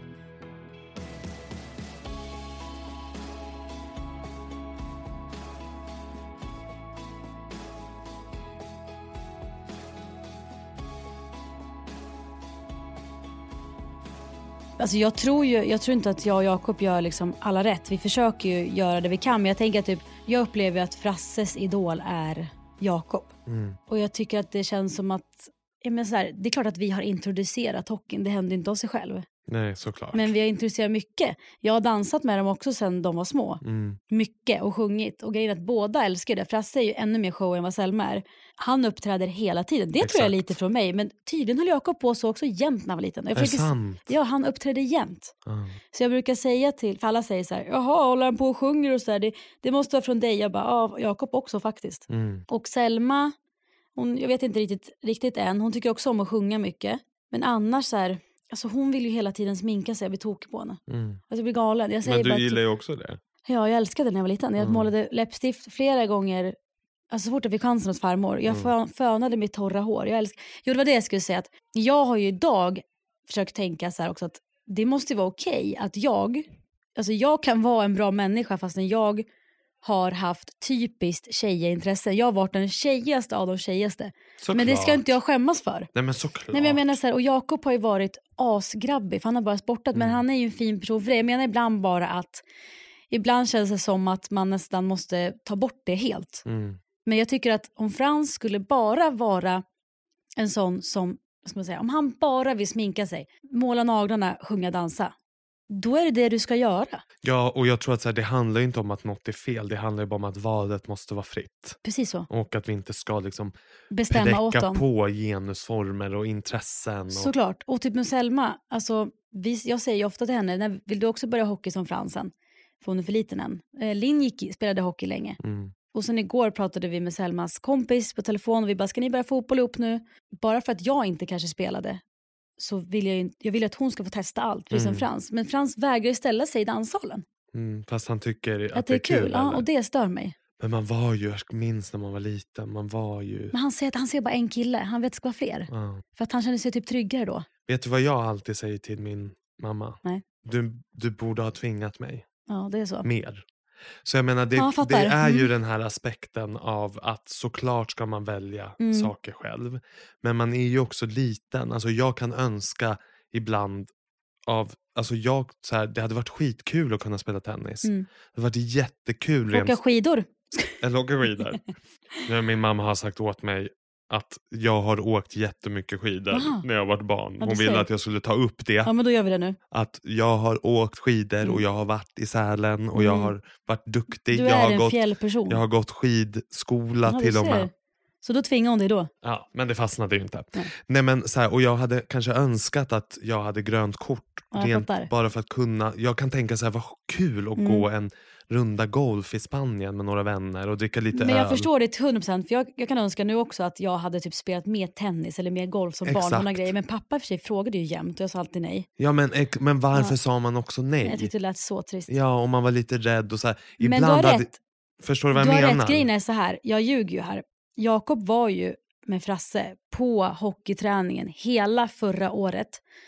Alltså jag tror ju, jag tror inte att jag och Jakob gör liksom alla rätt. Vi försöker ju göra det vi kan, men jag tänker att typ, jag upplever att Frasses idol är Jakob. Mm. Och jag tycker att det känns som att, ja, men så här, det är klart att vi har introducerat hockeyn, det händer inte av sig själv. Nej, såklart. Men vi har introducerat mycket. Jag har dansat med dem också sedan de var små. Mm. Mycket och sjungit. Och grejen är att båda älskar det. Frasse är ju ännu mer show än vad Selma är. Han uppträder hela tiden. Det tror jag är Exakt. lite från mig. Men tydligen höll Jakob på så också jämt när han var liten. Jag Är det försöker- sant? Ja, han uppträdde jämt. Ja. Så jag brukar säga till, för alla säger så här: jaha, håller han på och sjunger och så där. Det, det måste vara från dig. Jag bara, ja, Jakob också faktiskt. Mm. Och Selma, hon, jag vet inte riktigt, riktigt än. Hon tycker också om att sjunga mycket. Men annars så här, alltså hon vill ju hela tiden sminka sig. Jag blir tokig på henne. Mm. Alltså jag blir galen. Jag säger Men bara du att- gillar ju också det. Ja, jag älskade det när jag var liten. Jag Mm. målade läppstift flera gånger. Alltså så fort jag fick chansen hos farmor. Jag Mm. fön, fönade mitt torra hår. Jag älsk... Jo, det var det jag skulle säga. Att jag har ju idag försökt tänka så här också, att det måste vara okej att jag, alltså jag kan vara en bra människa fastän jag har haft typiskt tjejintresse. Jag har varit den tjejigaste av de tjejigaste. Såklart. Men det ska inte jag skämmas för. Nej men såklart. Nej, men jag menar så här, och Jakob har ju varit asgrabbig för han har bara sportat. Mm. Men han är ju en fin person för det. Jag menar ibland bara att ibland känns det som att man nästan måste ta bort det helt. Mm. Men jag tycker att om Frans skulle bara vara en sån som, vad ska man säga, om han bara vill sminka sig, måla naglarna, sjunga, dansa, då är det det du ska göra. Ja, och jag tror att så här, det handlar ju inte om att något är fel. Det handlar ju bara om att valet måste vara fritt. Precis så. Och att vi inte ska liksom bestämma åt dem. på genusformer och intressen. Och... Såklart. Och typ med Selma, alltså, vi, jag säger ju ofta till henne, när, vill du också börja hockey som Fransen? För hon är för liten än. Eh, Linn gick, spelade hockey länge. Mm. Och sen igår pratade vi med Selmas kompis på telefon och vi bara, ska ni börja fotboll ihop nu? Bara för att jag inte kanske spelade så vill jag, jag vill att hon ska få testa allt, precis som Mm. Frans. Men Frans vägrar ställa sig i danssalen. Mm, fast han tycker att, Att det är kul, kul ja, och det stör mig. Men man var ju, jag minns när man var liten, man var ju... Men han säger att han ser bara en kille, han vet att det ska vara fler. Ja. För att han känner sig typ tryggare då. Vet du vad jag alltid säger till min mamma? Nej. Du, du borde ha tvingat mig. Ja, det är så. Mer. Så jag menar, det, Ja, jag det är ju mm. den här aspekten av att såklart ska man välja Mm. saker själv. Men man är ju också liten. Alltså jag kan önska ibland av, alltså jag, så här, det hade varit skitkul att kunna spela tennis. Mm. Det hade varit jättekul. Åka skidor. Eller åka skidor. Ja, min mamma har sagt åt mig att jag har åkt jättemycket skidor Aha. när jag varit barn. Ja, Hon ser. ville att jag skulle ta upp det. Ja, men då gör vi det nu. Att jag har åkt skidor Mm. och jag har varit i Sälen och Mm. jag har varit duktig. Du jag är har en gått, fjällperson. jag har gått skidskola Ja, du till och ser. med. Så då tvingar hon dig då? Ja, men det fastnade ju inte. Nej. Nej, men så här, och jag hade kanske önskat att jag hade grönt kort. Ja, jag rent fattar. bara för att kunna. Jag kan tänka så här, vad kul att Mm. gå en runda golf i Spanien med några vänner och dricka lite Men jag öl. förstår det till hundra procent. För jag, jag kan önska nu också att jag hade typ spelat mer tennis eller mer golf som barn. Exakt. Såna grejer. Men pappa i och för sig frågade ju jämt och jag sa alltid nej. Ja, men, ek- men varför Ja. sa man också nej? Jag tyckte det lät så trist. Ja, och man var lite rädd och så här. Men Ibland du har hade... rätt. Förstår du vad Du jag har menar? rätt, grejen är så här. Jag ljuger ju här. Jakob var ju med Frasse på hockeyträningen hela förra året.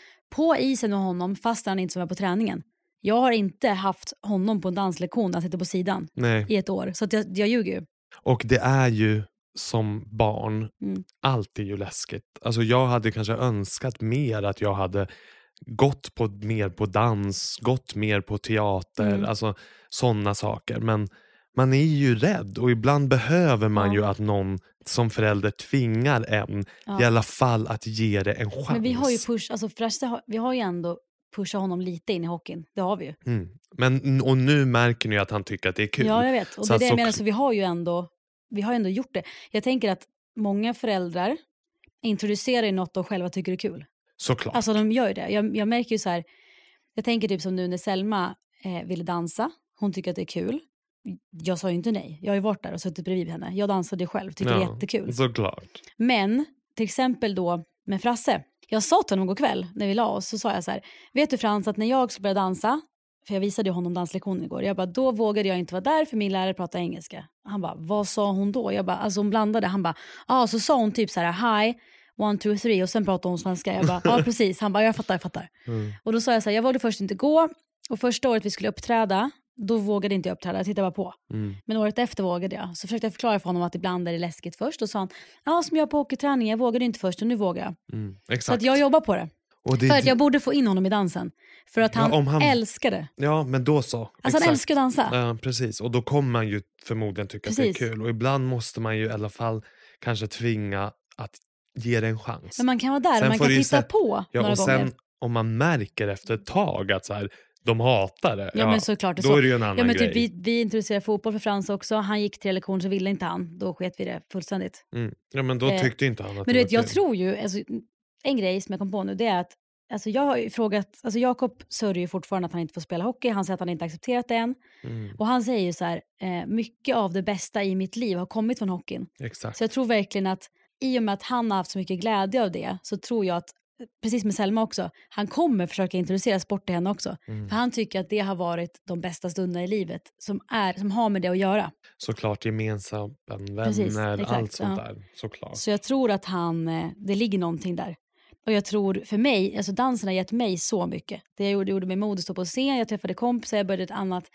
På isen med honom fast han inte var på träningen. Jag har inte haft honom på en danslektion när han sitter på sidan Nej. i ett år. Så att jag, jag ljuger ju. Och det är ju som barn, Mm. allt är ju läskigt. Alltså jag hade kanske önskat mer att jag hade gått på, mer på dans, gått mer på teater, Mm. alltså sådana saker. Men man är ju rädd och ibland behöver man Ja. ju att någon som förälder tvingar en Ja. i alla fall att ge det en chans. Men vi har ju push, alltså Frasse har, vi har ju ändå pushat honom lite in i hockeyn. Det har vi ju. Mm. Men, och nu märker ni att han tycker att det är kul. Ja, jag vet. Och Så det är det att jag så- menar, så vi har ju ändå, vi har ändå gjort det. Jag tänker att många föräldrar introducerar ju något de själva tycker är kul. Såklart. Alltså de gör ju det. Jag, jag märker ju så här, jag tänker typ som nu när Selma eh, ville dansa. Hon tycker att det är kul. Jag sa ju inte nej. Jag har ju varit där och suttit bredvid henne. Jag dansade själv, tycker det är jättekul. Såklart. Men till exempel då med Frasse. Jag sa till honom igår kväll när vi la oss, så sa jag så här: vet du Frans, att när jag ska börja dansa, för jag visade ju honom danslektionen igår, jag bara, då vågade jag inte vara där för min lärare pratar engelska. Han bara, vad sa hon då? Jag bara, alltså hon blandade. Han bara, ja, så sa hon typ så här, hi, one, two, three, och sen pratade hon svenska. Jag bara, ja precis. Han bara, jag fattar, jag fattar. Mm. Och då sa jag så här, jag vågade först inte gå, och första året vi skulle uppträda, då vågade inte jag uppträda, jag tittade bara på. Mm. Men året efter vågade jag. Så försökte jag förklara för honom att ibland är det läskigt först. Och sa han, ja som jag på hockeyträning, jag vågade inte först och nu vågar jag. Mm. Så Exakt. att jag jobbar på det. Och det, För att jag borde få in honom i dansen. För att han, Ja, om han- älskar det. Ja, men då så. Alltså Exakt. han älskar att dansa. Ja, precis. Och då kommer man ju förmodligen tycka att Precis. det är kul. Och ibland måste man ju i alla fall kanske tvinga att ge det en chans. Men man kan vara där Sen och man får kan det ju titta se- på ja, några och sen gånger. om man märker efter ett tag att så här, de hatar det. Ja, men såklart det är då så. är det ju en annan Ja, men grej. typ, vi, vi introducerade fotboll för Frans också. Han gick tre lektioner så ville inte han. Då sket vi det fullständigt. Mm. Ja, men då Eh, tyckte inte han att Men det du var vet, jag kul. tror ju, alltså, en grej som jag kom på nu, det är att alltså, jag har ju frågat, alltså Jakob sörjer ju fortfarande att han inte får spela hockey. Han säger att han inte accepterat det än. Mm. Och han säger ju så här, eh, mycket av det bästa i mitt liv har kommit från hockeyn. Exakt. Så jag tror verkligen att i och med att han har haft så mycket glädje av det, så tror jag att, precis med Selma också, han kommer försöka introducera sport till henne också. Mm. För han tycker att det har varit de bästa stunderna i livet som, är, som har med det att göra. Såklart gemensamt, vänner, Precis, exakt, allt sånt ja. där. Såklart. Så jag tror att han, eh, det ligger någonting där. Och jag tror för mig, alltså dansen har gett mig så mycket. Det gjorde, gjorde mig mod att stå på scen, jag träffade kompisar, jag började ett annat.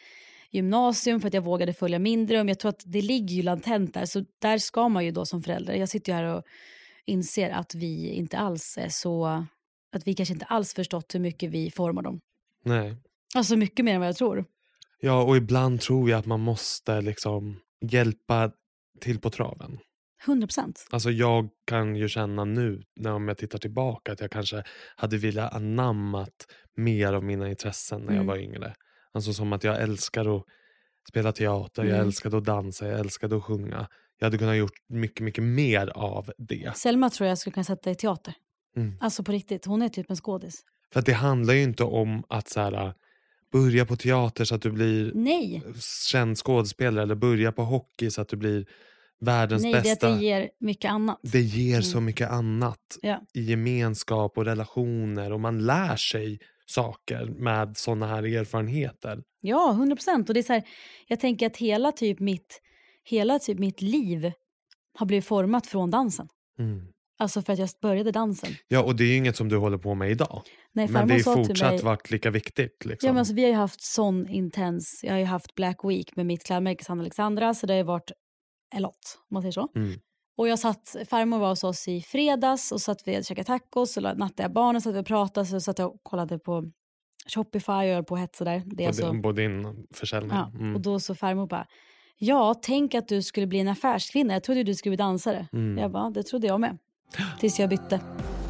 gymnasium för att jag vågade följa min dröm. Jag tror att det ligger ju latent där. Så där ska man ju då som förälder. Jag sitter ju här och inser att vi inte alls är så... Att vi kanske inte alls förstått hur mycket vi formar dem. Nej. Alltså mycket mer än vad jag tror. Ja, och ibland tror jag att man måste liksom hjälpa till på traven. hundra procent. Alltså jag kan ju känna nu när om jag tittar tillbaka att jag kanske hade velat anammat mer av mina intressen när Mm. jag var yngre. Alltså som att jag älskar att spela teater, jag Mm. älskade att dansa, jag älskade att sjunga. Jag hade kunnat gjort mycket, mycket mer av det. Selma tror jag skulle kunna sätta i teater. Mm. Alltså på riktigt, hon är typ en skådis. För att det handlar ju inte om att så här, börja på teater så att du blir Nej, känd skådespelare eller börja på hockey så att du blir världens nej det är att bästa. det ger mycket annat. Det ger Mm. så mycket annat Ja. i gemenskap och relationer och man lär sig saker med såna här erfarenheter. Ja, hundra procent. Och det är så här, jag tänker att hela typ mitt, hela typ mitt liv har blivit format från dansen. Mm. Alltså för att jag började dansen. Ja, och det är ju inget som du håller på med idag. Nej, Men farmor det är sa till fortsatt mig, varit lika viktigt. Liksom. ja, men alltså, vi har ju haft sån intens, jag har ju haft Black Week med mitt klädmärke Sanna Alexandra, så det har ju varit en lot, om man säger så. Mm. Och jag satt, farmor var hos oss i fredags och satt vi och käkade tacos och nattade jag barnen, satt vi och pratade, så satt jag och kollade på Shopify och höll på att hetsa där. Det är på, alltså, din, på din försäljning. ja, Mm. och då så farmor bara, ja, tänk att du skulle bli en affärskvinna, jag trodde du skulle bli dansare. Mm. Jag bara, det trodde jag med. Tills jag bytte.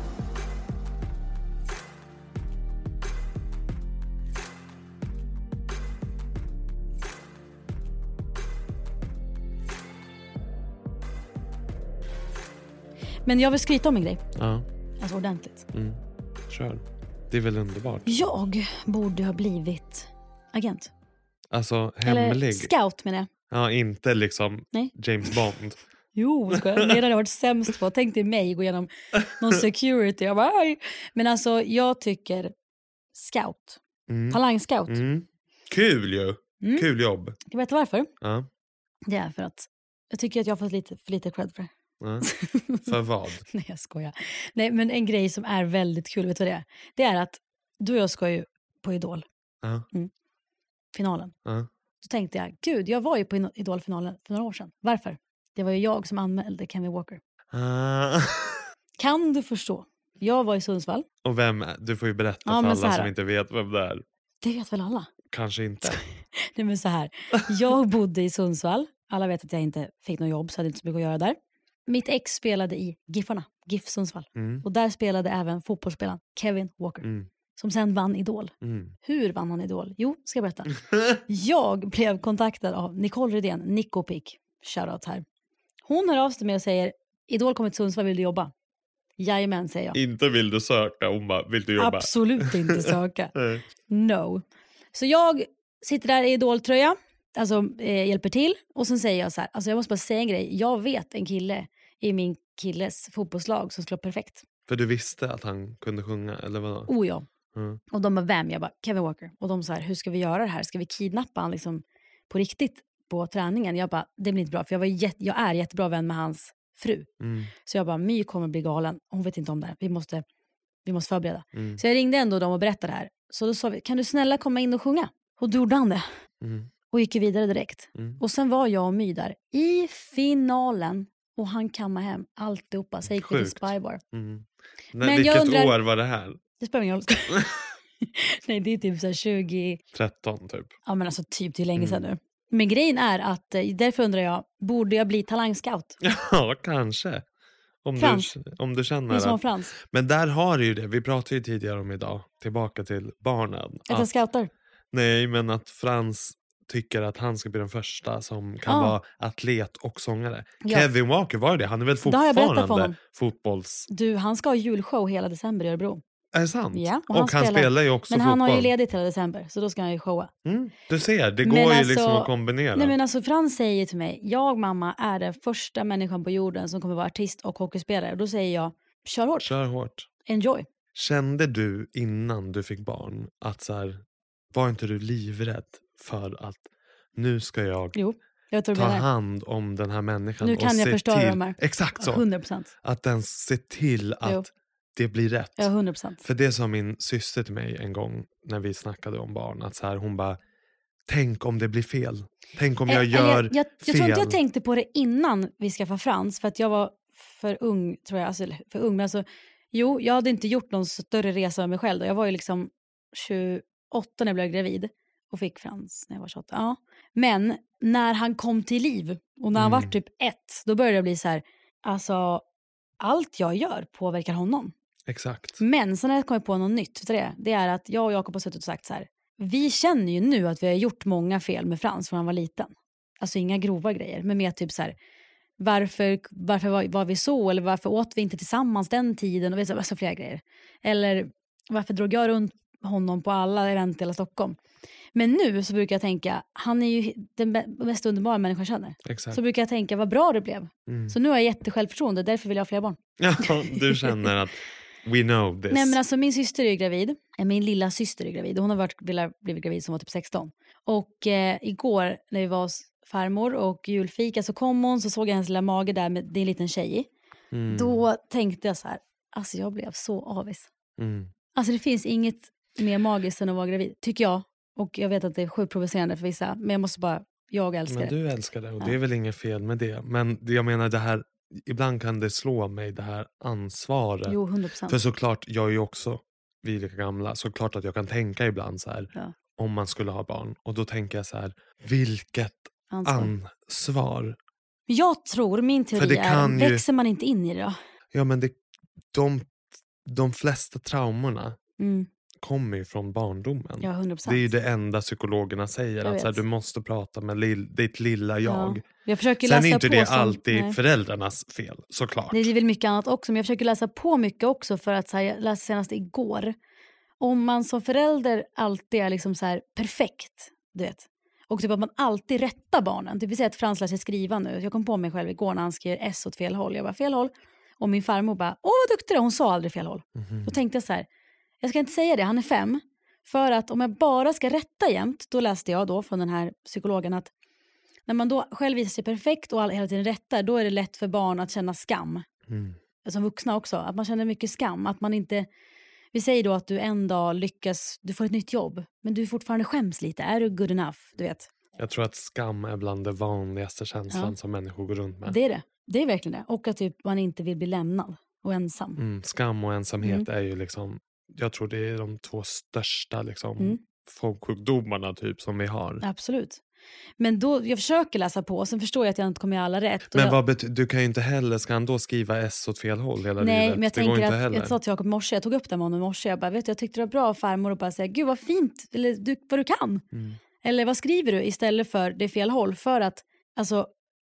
Men jag vill skryta om en grej. Ja. Alltså ordentligt. Mm. Kör. Det är väl underbart. Jag borde ha blivit agent. Alltså Eller hemlig. scout menar jag. Ja, inte liksom Nej. James Bond. Jo, ska jag. Det hade jag varit sämst på. Tänk dig mig gå igenom någon security. Jag bara, aj. Men alltså jag tycker scout. Mm. Talangscout. Mm. Kul ju. Mm. Kul jobb. Kan du veta varför? Ja. Det är för att jag tycker att jag har fått lite för lite cred för det. Ja. För vad? Nej, jag skojar. Nej, men en grej som är väldigt kul, vet du vad det är? Det är att du och jag ska ju på Idol. Ja. Mm. Finalen. Ja. Då tänkte jag, gud, jag var ju på Idol-finalen för några år sedan. Varför? Det var ju jag som anmälde Kevin Walker. Ah. Kan du förstå? Jag var i Sundsvall. Och vem är? Du får ju berätta Ja, för men så alla här som då. inte vet vem det är. Det vet väl alla? Kanske inte. Nej, men så här. Jag bodde i Sundsvall. Alla vet att jag inte fick någon jobb, så hade inte så mycket att göra där. Mitt ex spelade i Giffarna, GIF Sundsvall. Mm. Och där spelade även fotbollsspelaren Kevin Walker. Mm. Som sen vann Idol. Mm. Hur vann han Idol? Jo, ska jag berätta. Jag blev kontaktad av Nicole Rydén, Nico Pick. Shoutout här. Hon hör av sig till mig och säger, Idol kommer till Sundsvall, vill du jobba? Jajamän, säger jag. Inte vill du söka, hon bara, vill du jobba? Absolut inte söka. Nej. No. Så jag sitter där i Idol-tröja, alltså eh, hjälper till. Och sen säger jag så här, alltså jag måste bara säga en grej. Jag vet en kille i min killes fotbollslag som skulle vara perfekt. För du visste att han kunde sjunga, eller vadå? Oh ja. Mm. Och de bara, vem? Jag bara, Kevin Walker. Och de så här, hur ska vi göra det här? Ska vi kidnappa han liksom på riktigt på träningen? Jag bara, det blir inte bra. För jag, var jätte, jag är jättebra vän med hans fru. Mm. Så jag bara, My kommer bli galen. Hon vet inte om det här. Vi måste, vi måste förbereda. Mm. Så jag ringde ändå dem och berättade det här. Så då sa vi, kan du snälla komma in och sjunga? Och då gjorde han det. Mm. Och gick vidare direkt. Mm. Och sen var jag och My där i finalen. Och han kammade hem alltihopa. Så jag gick vi till Sjukt. Spybar. Mm. Men Nej, jag vilket undrar- år var det här? Det spelar ingen roll. Nej, det är typ så här tjugo... tretton typ. Ja, men alltså typ till länge sedan Mm. nu. Men grejen är att, eh, därför undrar jag, borde jag bli talangscout? Ja, kanske. Om Frans. du, om du känner Min son att... Frans. Men där har du ju det. Vi pratade ju tidigare om idag. Tillbaka till barnen. Att jag Att, scoutar. nej, men att Frans tycker att han ska bli den första som kan Ja. vara atlet och sångare. Ja. Kevin Walker var ju det. Han är väl Det har jag berättat för fortfarande honom. fotbolls... Du, han ska ha julshow hela december i Örebro. Är det sant? Ja, och och han, han spelar, spelar- ju också Men fotboll. han har ju ledigt hela december, så då ska han ju showa. Mm, du ser, det Men går ju alltså- liksom att kombinera. Nej, men alltså Frans säger till mig, jag mamma är den första människan på jorden som kommer vara artist och hockeyspelare. Och då säger jag, kör hårt, Kör hårt. enjoy. Kände du innan du fick barn att så här, var inte du livrädd för att nu ska jag Jo, jag tror det ta blir det. hand om den här människan Nu och kan jag se förstöra till, de här. exakt så, hundra procent. att den ser till att Jo. det blir rätt. Ja, hundra procent. För det sa min syster till mig en gång när vi snackade om barn, att så här, hon bara, tänk om det blir fel. Tänk om jag Eh, gör jag, jag, jag fel. tror inte jag tänkte på det innan vi skaffade Frans. För att jag var för ung, tror jag. Alltså, för ung, men alltså, jo, jag hade inte gjort någon större resa med mig själv. Då. Jag var ju liksom tjugoåtta när jag blev gravid. Och fick Frans när jag var tjugoåtta. Ja. Men när han kom till liv. Och när han Mm. var typ ett. Då började det bli så här. Alltså, allt jag gör påverkar honom. Exakt. Men sen har jag kommit på något nytt för det. Det är att jag och Jakob har suttit och sagt så här. Vi känner ju nu att vi har gjort många fel med Frans när han var liten. Alltså inga grova grejer. Men mer typ så här. Varför, varför var, var vi så? Eller varför åt vi inte tillsammans den tiden? Och vet du, alltså flera grejer. Eller varför drog jag runt honom på alla event i hela Stockholm? Men nu så brukar jag tänka. Han är ju den mest underbara människan jag känner. Exakt. Så brukar jag tänka vad bra det blev. Mm. Så nu har jag jättesjälvförtroende. Därför vill jag ha fler barn. Ja, du känner att we know this. Nej men alltså min syster är ju gravid. Min lilla syster är gravid. Hon har varit, blivit gravid som var typ sexton. Och eh, igår när vi var hos farmor och julfika så kom hon. Så såg jag hennes lilla mage där med det är en liten tjej i. Mm. Då tänkte jag så här. Alltså jag blev så avis. Mm. Alltså det finns inget mer magiskt än att vara gravid. Tycker jag. Och jag vet att det är sjukt provocerande för vissa. Men jag måste bara, jag älskar Men det. du älskar det och Ja. det är väl inget fel med det. Men jag menar det här, ibland kan det slå mig det här ansvaret. Jo, hundra procent. För såklart, jag är ju också, vi är lika gamla, såklart att jag kan tänka ibland så här. Ja. Om man skulle ha barn. Och då tänker jag så här, vilket Ansvar. ansvar. Jag tror, min För teori det kan är, ju- växer man inte in i det då? Ja men det, de, de flesta traumorna Mm. kommer ju från barndomen. Ja, hundra procent. Det är ju det enda psykologerna säger. Jag Att så här, vet. du måste prata med lill, ditt lilla jag. Ja. Jag försöker Sen läsa är inte på det som, alltid nej. föräldrarnas fel, såklart. Det är väl mycket annat också, men jag försöker läsa på mycket också för att så här, jag läste senast igår. Om man som förälder alltid är liksom så här perfekt, du vet. Och typ att man alltid rättar barnen. Typ vi säger att Frans lär sig skriva nu. Jag kom på mig själv igår när han skrev S åt fel håll. Jag bara fel håll. Och min farmor bara, åh vad duktig du är. Hon sa aldrig fel håll. Mhm. Då tänkte jag så här, jag ska inte säga det, han är fem. För att om jag bara ska rätta jämt, då läste jag då från den här psykologen att när man då själv visar sig perfekt och all, hela tiden rättar, då är det lätt för barn att känna skam. Mm. Som vuxna också, att man känner mycket skam. Att man inte, vi säger då att du en dag lyckas, du får ett nytt jobb, men du fortfarande skäms lite. Är du good enough, du vet? Jag tror att skam är bland det vanligaste känslan Ja. som människor går runt med. Det är det. Det är verkligen det. Och att typ man inte vill bli lämnad och ensam. Mm, skam och ensamhet Mm. är ju liksom, jag tror det är de två största liksom, Mm. folksjukdomarna typ som vi har. Absolut. Men då, jag försöker läsa på, och sen förstår jag att jag inte kommer göra alla rätt. Och Men jag, vad bety- du kan ju inte heller, ska han då skriva S åt fel håll hela nej, livet? men jag det går tänker inte att, heller. jag sa till Jakob i morse, jag tog upp det med honom i morse, jag bara, vet du, jag tyckte det var bra farmor och bara säga, gud vad fint, eller du, vad du kan. Mm. Eller vad skriver du istället för det är fel håll, för att, alltså,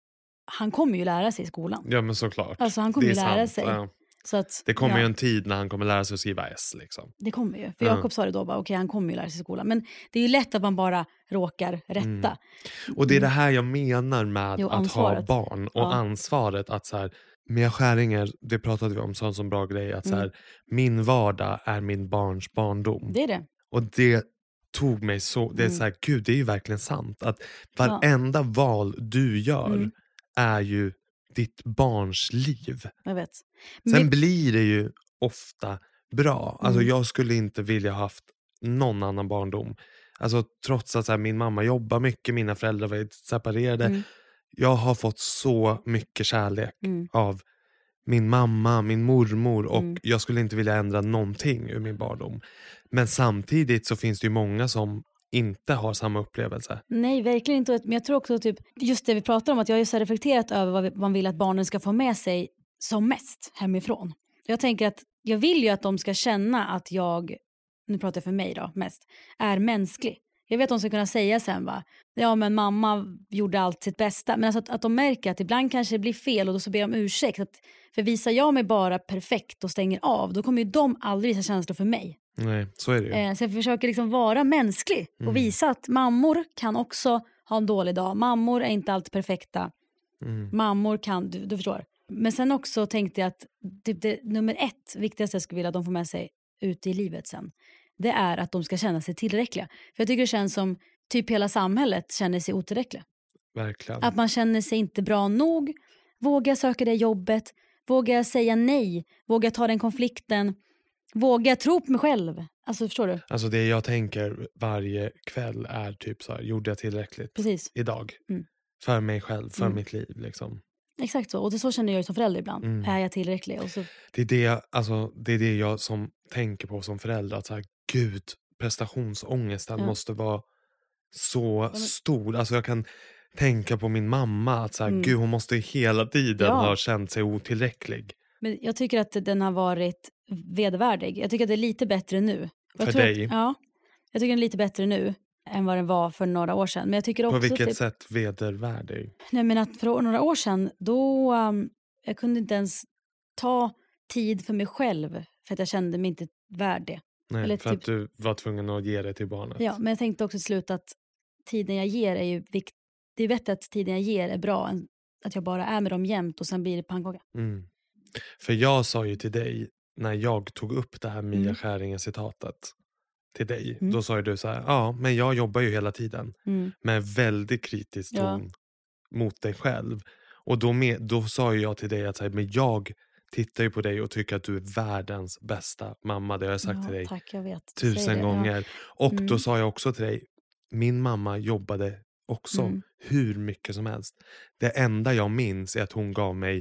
han kommer ju lära sig i skolan. Ja men såklart. Alltså han kommer det ju är lära sant. sig. Ja. Så att, Det kommer ja, ju en tid när han kommer lära sig att skriva S liksom. det kommer ju. För Ja. Jakob sa det då, bara, okej han kommer ju lära sig i skolan. Men det är ju lätt att man bara råkar rätta. Och det är det här jag menar med Jo, att ha ansvaret. barn. Och Ja. ansvaret att så här, Mia Skäringer, det pratade vi om, sån som bra grej. Att så här, min vardag är min barns barndom. Det är det. Och det tog mig så, det är Mm. så här, gud det är ju verkligen sant. Att varenda val du gör Mm. är ju ditt barns liv. Jag vet. Sen Men, blir det ju ofta bra. Alltså Mm. jag skulle inte vilja haft någon annan barndom. Alltså trots att så här, min mamma jobbar mycket, mina föräldrar var separerade. Mm. Jag har fått så mycket kärlek mm, av min mamma, min mormor och Mm. jag skulle inte vilja ändra någonting ur min barndom. Men samtidigt så finns det ju många som inte har samma upplevelse. nej, verkligen inte. Men jag tror också typ, just det vi pratar om, att jag har ju så här reflekterat över vad vi- vad man vill att barnen ska få med sig som mest hemifrån. Jag tänker att jag vill ju att de ska känna att jag, nu pratar jag för mig då mest, är mänsklig. Jag vet att de ska kunna säga sen va, ja men mamma gjorde allt sitt bästa. Men alltså att, att de märker att ibland kanske det blir fel och då så ber de om ursäkt. Att, för visar jag mig bara perfekt och stänger av, då kommer ju de aldrig visa känslor för mig. Nej, så är det ju. Eh, så jag försöker liksom vara mänsklig och Mm. visa att mammor kan också ha en dålig dag. Mammor är inte alltid perfekta. Mm. Mammor kan, du, du förstår. Men sen också tänkte jag att typ det, nummer ett, viktigaste jag skulle vilja att de får med sig ut i livet sen, det är att de ska känna sig tillräckliga. För jag tycker det känns som typ hela samhället känner sig otillräckliga. Verkligen. Att man känner sig inte bra nog. Våga söka det jobbet. Våga säga nej. Våga ta den konflikten. Vågar jag tro på mig själv? Alltså förstår du? Alltså det jag tänker varje kväll är typ så här, gjorde jag tillräckligt Precis. idag? Mm. För mig själv, för Mm. mitt liv liksom. Exakt så. Och det så känner jag ju som förälder ibland. Mm. Är jag tillräcklig? Och så... Det är det, alltså, det är det jag som tänker på som förälder. Att så här, gud, prestationsångesten Ja. måste vara så men- stor. Alltså jag kan tänka på min mamma. Att så här, Mm. gud, hon måste hela tiden Ja. ha känt sig otillräcklig. Men jag tycker att den har varit vedervärdig. Jag tycker att det är lite bättre nu. Och jag För tror dig? Att, ja. Jag tycker den är lite bättre nu än vad den var för några år sedan. Men jag tycker också På vilket typ, sätt vedervärdig? nej, men att för några år sedan då um, jag kunde inte ens ta tid för mig själv för att jag kände mig inte värd det. Nej, Eller för typ- att du var tvungen att ge det till barnet. Ja, men jag tänkte också till slut att tiden jag ger är ju viktig. Det är bättre att tiden jag ger är bra än att jag bara är med dem jämt och sen blir det pannkaka. Mm. För jag sa ju till dig, när jag tog upp det här Mia Mm. Skäringer-citatet till dig, Mm. då sa ju du så här, ja men jag jobbar ju hela tiden Mm. med väldigt kritisk Ja. ton mot dig själv. Och då, med, då sa ju jag till dig att så här, men jag tittar ju på dig och tycker att du är världens bästa mamma. Det har jag sagt Ja, till dig tack, jag vet. Du säger tusen det, ja. gånger. Och Mm. då sa jag också till dig, min mamma jobbade också Mm. hur mycket som helst. Det enda jag minns är att hon gav mig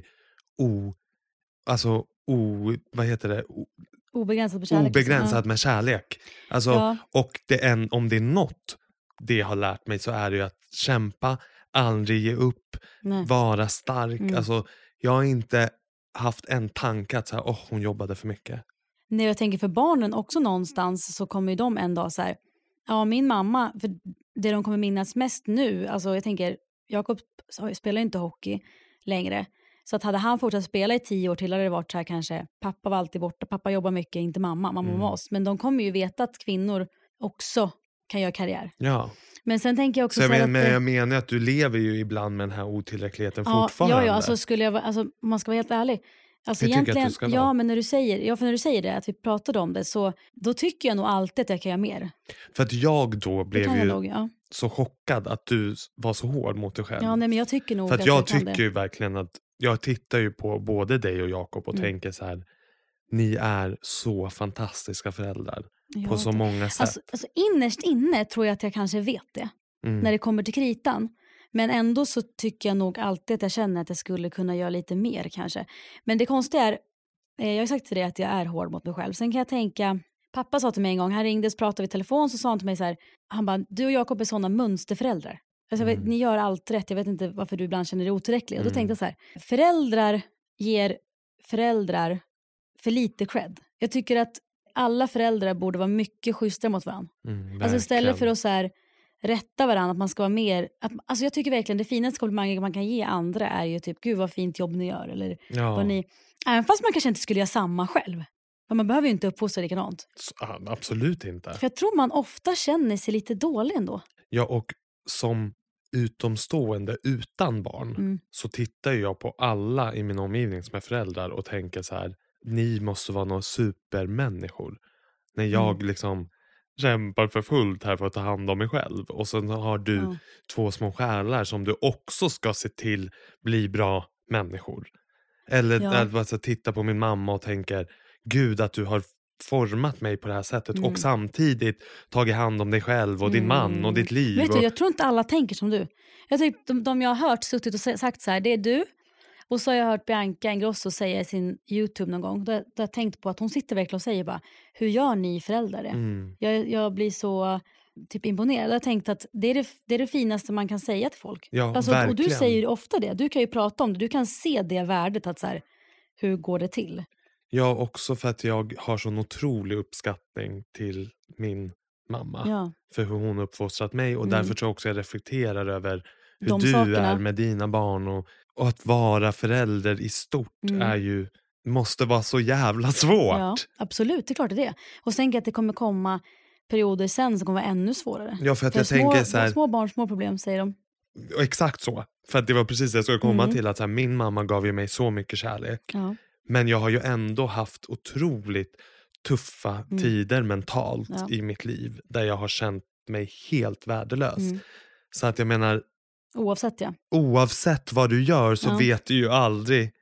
o, alltså o, vad heter det? O, Obegränsad på kärlek. obegränsad med kärlek. Alltså, Ja. och det en, om det är något det har lärt mig så är det ju att kämpa, aldrig ge upp, Nej. vara stark. Mm. Alltså, jag har inte haft en tanke att så här, oh, hon jobbade för mycket. När jag tänker för barnen också någonstans så kommer ju de en dag så här, ja min mamma, för det de kommer minnas mest nu, alltså jag tänker, Jakob spelar inte hockey längre. Så att hade han fortsatt spela i tio år till hade det varit så här kanske, pappa var alltid borta, pappa jobbar mycket, inte mamma, mamma Mm. var oss. Men de kommer ju veta att kvinnor också kan göra karriär. Ja. Men sen tänker jag också Så jag, så här men, att, men eh, jag menar att du lever ju ibland med den här otillräckligheten ja, fortfarande. ja, ja, alltså skulle jag vara- alltså, om man ska vara helt ärlig. Alltså Det tycker jag att du egentligen, ska ja vara. men när du säger, ja, för när du säger det, att vi pratade om det, så då tycker jag nog alltid att jag kan göra mer. För att jag då Det blev kan jag ju nog, ja. så chockad att du var så hård mot dig själv. Ja, nej, men jag tycker nog För att att jag jag kan tycker det. ju verkligen att, jag tittar ju på både dig och Jakob och Mm. tänker så här, ni är så fantastiska föräldrar Ja, på så tack. många sätt. Alltså, alltså innerst inne tror jag att jag kanske vet det. Mm. När det kommer till kritan. Men ändå så tycker jag nog alltid att jag känner att jag skulle kunna göra lite mer kanske. Men det konstiga är, eh, jag har sagt till dig att jag är hård mot mig själv. Sen kan jag tänka, pappa sa till mig en gång, han ringde och pratade vid telefon, så sa han till mig så här, han bara, du och Jakob är sådana mönsterföräldrar. Alltså, jag vet, Mm. ni gör allt rätt, jag vet inte varför du ibland känner dig otillräcklig. Och då Mm. tänkte jag så här, föräldrar ger föräldrar för lite cred. Jag tycker att alla föräldrar borde vara mycket schysstare mot varandra. Mm, Alltså istället för verkligen. att så här, rätta varandra, att man ska vara mer... Att, alltså jag tycker verkligen det finaste komplimanget man kan ge andra är ju typ, gud vad fint jobb ni gör. Eller Ja, vad ni... Även fast man kanske inte skulle göra samma själv. För man behöver ju inte uppfostra likadant. s- ah, absolut inte. För jag tror man ofta känner sig lite dålig ändå. Ja, och som utomstående utan barn Mm. så tittar ju jag på alla i min omgivning som är föräldrar och tänker så här, ni måste vara några supermänniskor. När jag Mm. liksom kämpar för fullt här för att ta hand om mig själv. Och sen har du Ja. två små själar som du också ska se till bli bra människor. Eller Ja. att bara så titta på min mamma och tänker, gud att du har format mig på det här sättet Mm. och samtidigt tagit hand om dig själv och din man och Mm. ditt liv. Vet och... du, jag tror inte alla tänker som du. Jag tycker de, de jag har hört suttit och sa- sagt så här, det är du. Och så har jag hört Bianca Ingrosso säga i sin YouTube någon gång. Då, då har jag tänkt på att hon sitter verkligen och säger bara, hur gör ni föräldrar det? Mm. Jag, jag blir så typ imponerad. Jag har tänkt att det är det, det är det finaste man kan säga till folk. Ja, Alltså, och du verkligen. säger ju ofta det. Du kan ju prata om det. Du kan se det värdet att så här, hur går det till? Ja, också för att jag har sån otrolig uppskattning till min mamma. Ja. För hur hon uppfostrat mig. Och Mm. därför tror jag också jag reflekterar över hur De du sakerna. är med dina barn. Och, och att vara förälder i stort Mm. är ju, måste vara så jävla svårt. Ja, absolut. Det är klart det är det. Och sen att det kommer komma perioder sen som kommer vara ännu svårare. Ja, för att För jag små, tänker så här, små barn, små problem säger de. och exakt så. För att det var precis det jag skulle komma Mm. till. Att så här, min mamma gav ju mig så mycket kärlek. Ja. Men jag har ju ändå haft otroligt tuffa Mm. tider mentalt Ja. i mitt liv. Där jag har känt mig helt värdelös. Mm. Så att jag menar, Oavsett ja. oavsett vad du gör så Ja. vet du ju aldrig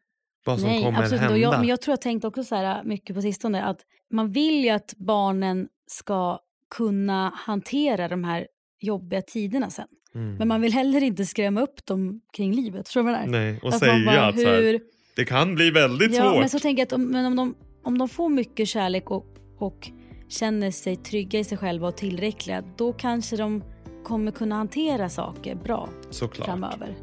vad som Nej, kommer absolut. hända. Och jag, men jag tror jag tänkt också så här mycket på sistone att man vill ju att barnen ska kunna hantera de här jobbiga tiderna sen. Mm. Men man vill heller inte skrämma upp dem kring livet. Tror du vad det är? Nej, och att säga bara, att så här, hur... det kan bli väldigt ja, svårt. Men så tänker jag att om, men om, de, om de får mycket kärlek och, och känner sig trygga i sig själva och tillräckliga, då kanske de kommer kunna hantera saker bra Såklart. framöver.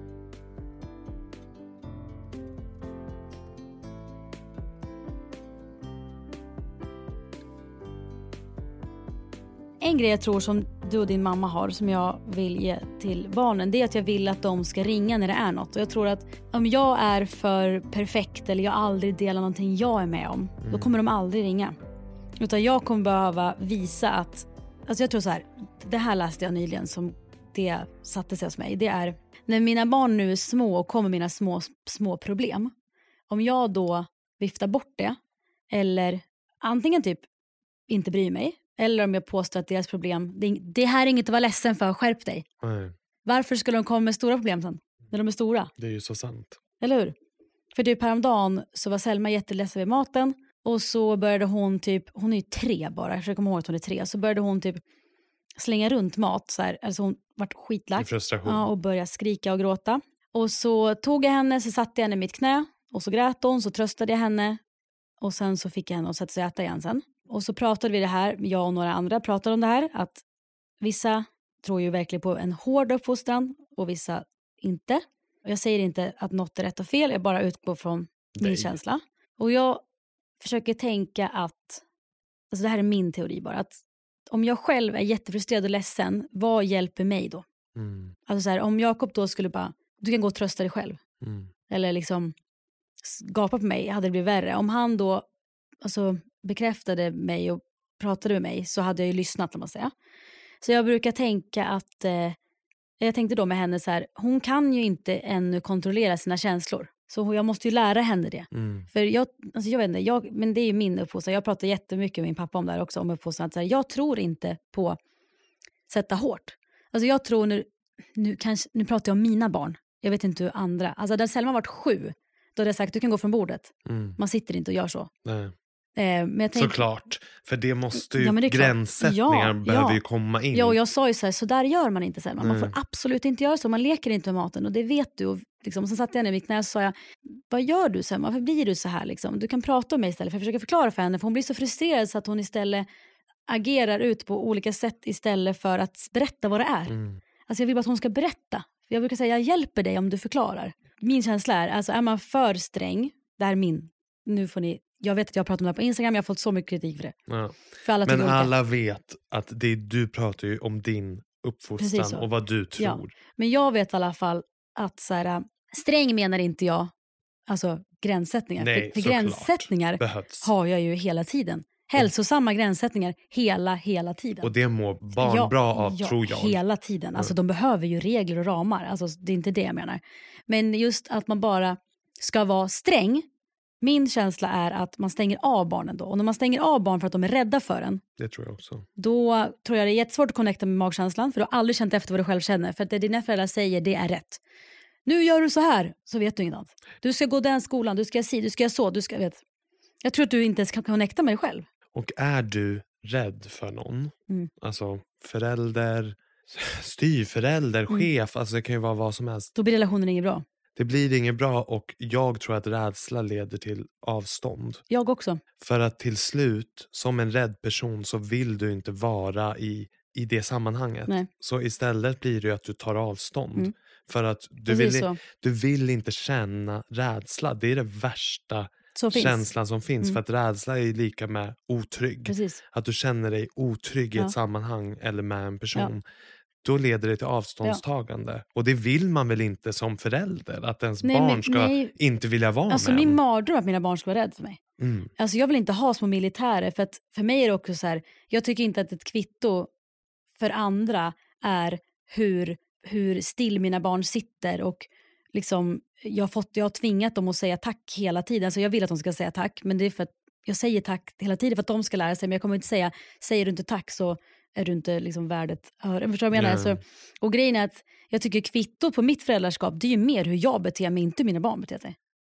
En grej jag tror som du och din mamma har som jag vill ge till barnen, det är att jag vill att de ska ringa när det är något. Och jag tror att om jag är för perfekt eller jag aldrig delar någonting jag är med om, mm. då kommer de aldrig ringa. Utan jag kommer behöva visa att, alltså jag tror så här, det här läste jag nyligen som det satte sig hos mig. Det är, när mina barn nu är små och kommer mina små, små problem, om jag då viftar bort det eller antingen typ inte bryr mig, eller om jag påstår att deras problem, det, det här är inget att vara ledsen för, skärp dig. Nej. Varför skulle de komma med stora problem sen? När de är stora. Det är ju så sant. Eller hur? För typ häromdagen så var Selma jätteledsen vid maten. Och så började hon typ, hon är ju tre bara, jag försöker komma ihåg att hon är tre. Så började hon typ slänga runt mat så här. Alltså hon vart skitlack. I frustration. Ja, och började skrika och gråta. Och så tog jag henne, så satte jag henne i mitt knä. Och så grät hon, så tröstade jag henne. Och sen så fick jag henne att sätta sig och äta igen sen. Och så pratade vi det här, jag och några andra pratade om det här. Att vissa tror ju verkligen på en hård uppfostran och vissa inte. Och jag säger inte att något är rätt och fel, jag bara utgår från min Nej. känsla. Och jag försöker tänka att, alltså det här är min teori bara, att om jag själv är jättefrustrerad och ledsen, vad hjälper mig då? Mm. Alltså så här, om Jakob då skulle bara, du kan gå och trösta dig själv. Mm. Eller liksom gapa på mig, hade det blivit värre. Om han då alltså, bekräftade mig och pratade med mig, så hade jag ju lyssnat, kan man säga. Så jag brukar tänka att, eh, jag tänkte då med henne så här, hon kan ju inte ännu kontrollera sina känslor. Så jag måste ju lära henne det. Mm. För jag, alltså jag vet inte, jag, men det är ju min uppfostran. Jag pratar jättemycket med min pappa om det här också, om uppfostran. Att så här, jag tror inte på sätta hårt. Alltså jag tror nu, nu, kanske, nu pratar jag om mina barn. Jag vet inte hur andra. Alltså där Selma varit sju, då hade jag sagt, du kan gå från bordet. Mm. Man sitter inte och gör så. Nej. Eh, men jag tänk, Såklart. För det måste ju, Ja, men det är klart. gränssättningar Ja, behöver ja. ju komma in. Ja, och jag sa ju så här, så där gör man inte, Selma. Man Nej. får absolut inte göra så. Man leker inte med maten och det vet du. Och liksom, och sen satt jag ner i mitt knä och sa jag, vad gör du, Selma? Varför blir du så här? Liksom? Du kan prata om mig istället. För jag försöker förklara för henne. För hon blir så frustrerad så att hon istället agerar ut på olika sätt istället för att berätta vad det är. Mm. Alltså jag vill bara att hon ska berätta. Jag brukar säga, jag hjälper dig om du förklarar. Min känsla är, alltså är man för sträng, det här är min, nu får ni, jag vet att jag pratar om det här på Instagram, jag har fått så mycket kritik för det. Ja. För alla Men olika. alla vet att det, du pratar ju om din Precis uppfostran så. och vad du tror. Ja. Men jag vet i alla fall att så här, sträng menar inte jag, alltså gränssättningar. Nej, för för såklart. gränssättningar Behövs. har jag ju hela tiden. Hälsosamma gränssättningar hela, hela tiden. Och det mår barn ja, bra av, ja, tror jag. hela tiden. Alltså de behöver ju regler och ramar. Alltså det är inte det jag menar. Men just att man bara ska vara sträng. Min känsla är att man stänger av barnen då. Och när man stänger av barn för att de är rädda för en. Det tror jag också. Då tror jag det är jättesvårt att connecta med magkänslan. För du har aldrig känt efter vad du själv känner. För att det dina föräldrar säger, det är rätt. Nu gör du så här, så vet du inget annat. Du ska gå den skolan, du ska si, du ska så, du ska vet. Jag tror att du inte ens kan connecta med dig själv. Och är du rädd för någon, Mm. alltså förälder, styrförälder, Mm. chef, alltså det kan ju vara vad som helst. Då blir relationen inget bra. Det blir inget bra och jag tror att rädsla leder till avstånd. Jag också. För att till slut, som en rädd person, så vill du inte vara i, i det sammanhanget. Nej. Så istället blir det ju att du tar avstånd. Mm. För att du Precis vill, så. du vill inte känna rädsla. Det är det värsta Så finns. känslan som finns. Mm. För att rädsla är lika med otrygg. Precis. Att du känner dig otrygg i Ja. ett sammanhang eller med en person. Då leder det till avståndstagande. Och det vill man väl inte som förälder. Att ens Nej, barn men- ska nej. inte vilja vara Alltså med min en. mardröm är att mina barn ska vara rädda för mig. Mm. Alltså jag vill inte ha små militärer. För att för mig är det också så här. Jag tycker inte att ett kvitto för andra är hur, hur still mina barn sitter. Och liksom jag har, fått, jag har tvingat dem att säga tack hela tiden. Så jag vill att de ska säga tack. Men det är för att jag säger tack hela tiden för att de ska lära sig. Men jag kommer inte säga, säger du inte tack så är du inte liksom värdet. Förstår du vad jag menar? Nej. Så, och grejen är att jag tycker kvittot på mitt föräldraskap, det är ju mer hur jag beter mig, inte hur mina barn beter sig.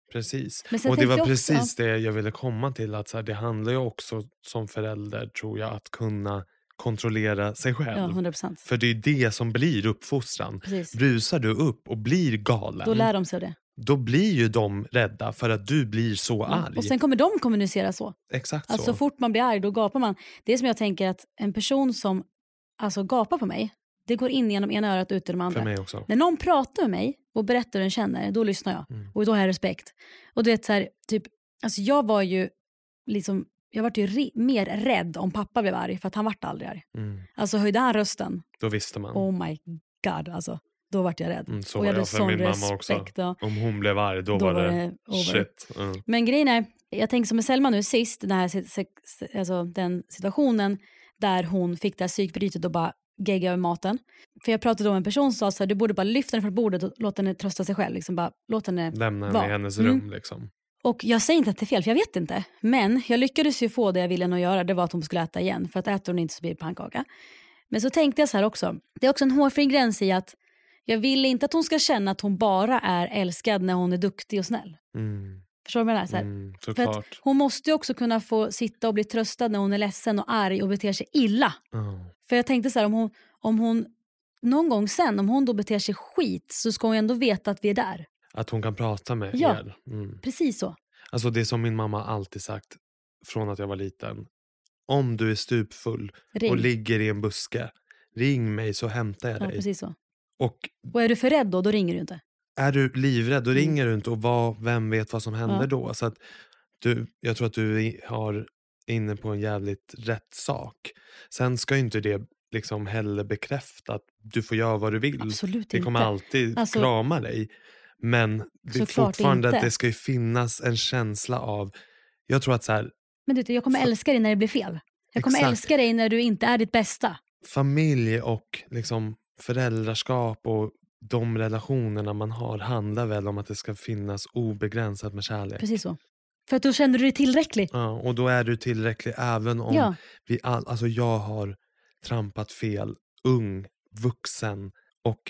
Precis. Men sen Och det var tänkte jag också- precis det jag ville komma till. Att så här, det handlar ju också som förälder, tror jag, att kunna kontrollera sig Ja, själv. hundra procent. För det är det som blir uppfostran. Precis. Rusar du upp och blir galen, Då lär de sig det. då blir ju de rädda för att du blir så Mm. arg. Och sen kommer de kommunicera så. Exakt Alltså så. så fort man blir arg, då gapar man. Det är som jag tänker att en person som alltså, gapar på mig, det går in genom ena örat och ut i de andra. För mig också. När någon pratar med mig och berättar hur den känner, då lyssnar jag. Mm. Och då har jag respekt. Och du vet så här, typ, alltså jag var ju liksom, jag var ju re- mer rädd om pappa blev arg, för att han vart aldrig arg. Mm. Alltså höjde han rösten, Då visste man. oh my god alltså, då vart jag rädd. Mm, så och var jag hade jag för sån min mamma respekt. också. Ja. Om hon blev arg, då, Då var var det, det over. shit. Mm. Men grejen är, jag tänker som med Selma nu sist, den, här, si- si- alltså, den situationen där hon fick det här psykbrytet och bara gegga över maten. För jag pratade om en person som sa så här, du borde bara lyfta henne från bordet och låta henne trösta sig själv. Liksom bara, låt henne Lämna henne vara. i hennes Mm. rum liksom. Och jag säger inte att det är fel, för jag vet inte. Men jag lyckades ju få det jag ville henne att göra, det var att hon skulle äta igen. För att äter hon inte så blir det pannkaka. Men så tänkte jag så här också, det är också en hårfin gräns i att jag vill inte att hon ska känna att hon bara är älskad när hon är duktig och snäll. Mm. Förstår du vad jag menar? Så här, Mm, för såklart. att hon måste ju också kunna få sitta och bli tröstad när hon är ledsen och arg och beter sig illa. Ja. För jag tänkte så här, om hon, om hon någon gång sen, om hon då beter sig skit, så ska hon ändå veta att vi är där. Att hon kan prata med Ja. er. Mm. Precis så. Alltså det som min mamma alltid sagt från att jag var liten. Om du är stupfull Ring. och ligger i en buske, ring mig så hämtar jag Ja, dig. precis så. Och Och är du för rädd då, då ringer du inte. är du livrädd, då Mm. ringer du inte. Och vad, vem vet vad som händer Ja. då? Så att du, jag tror att du är- har inne på en jävligt rätt sak. Sen ska ju inte det liksom heller bekräfta att du får göra vad du vill. Absolut Vi kommer inte. alltid Alltså- krama dig. Men det är Såklart fortfarande inte. att det ska ju finnas en känsla av... Jag tror att så här, Men du, jag kommer Fa- älska dig när det blir fel. Jag kommer Exakt. älska dig när du inte är ditt bästa. familj och liksom föräldraskap och de relationerna man har handlar väl om att det ska finnas obegränsat med kärlek. Precis så. För att då känner du dig tillräcklig. Ja, och då är du tillräcklig även om Ja. vi all, alltså jag har trampat fel, ung, vuxen och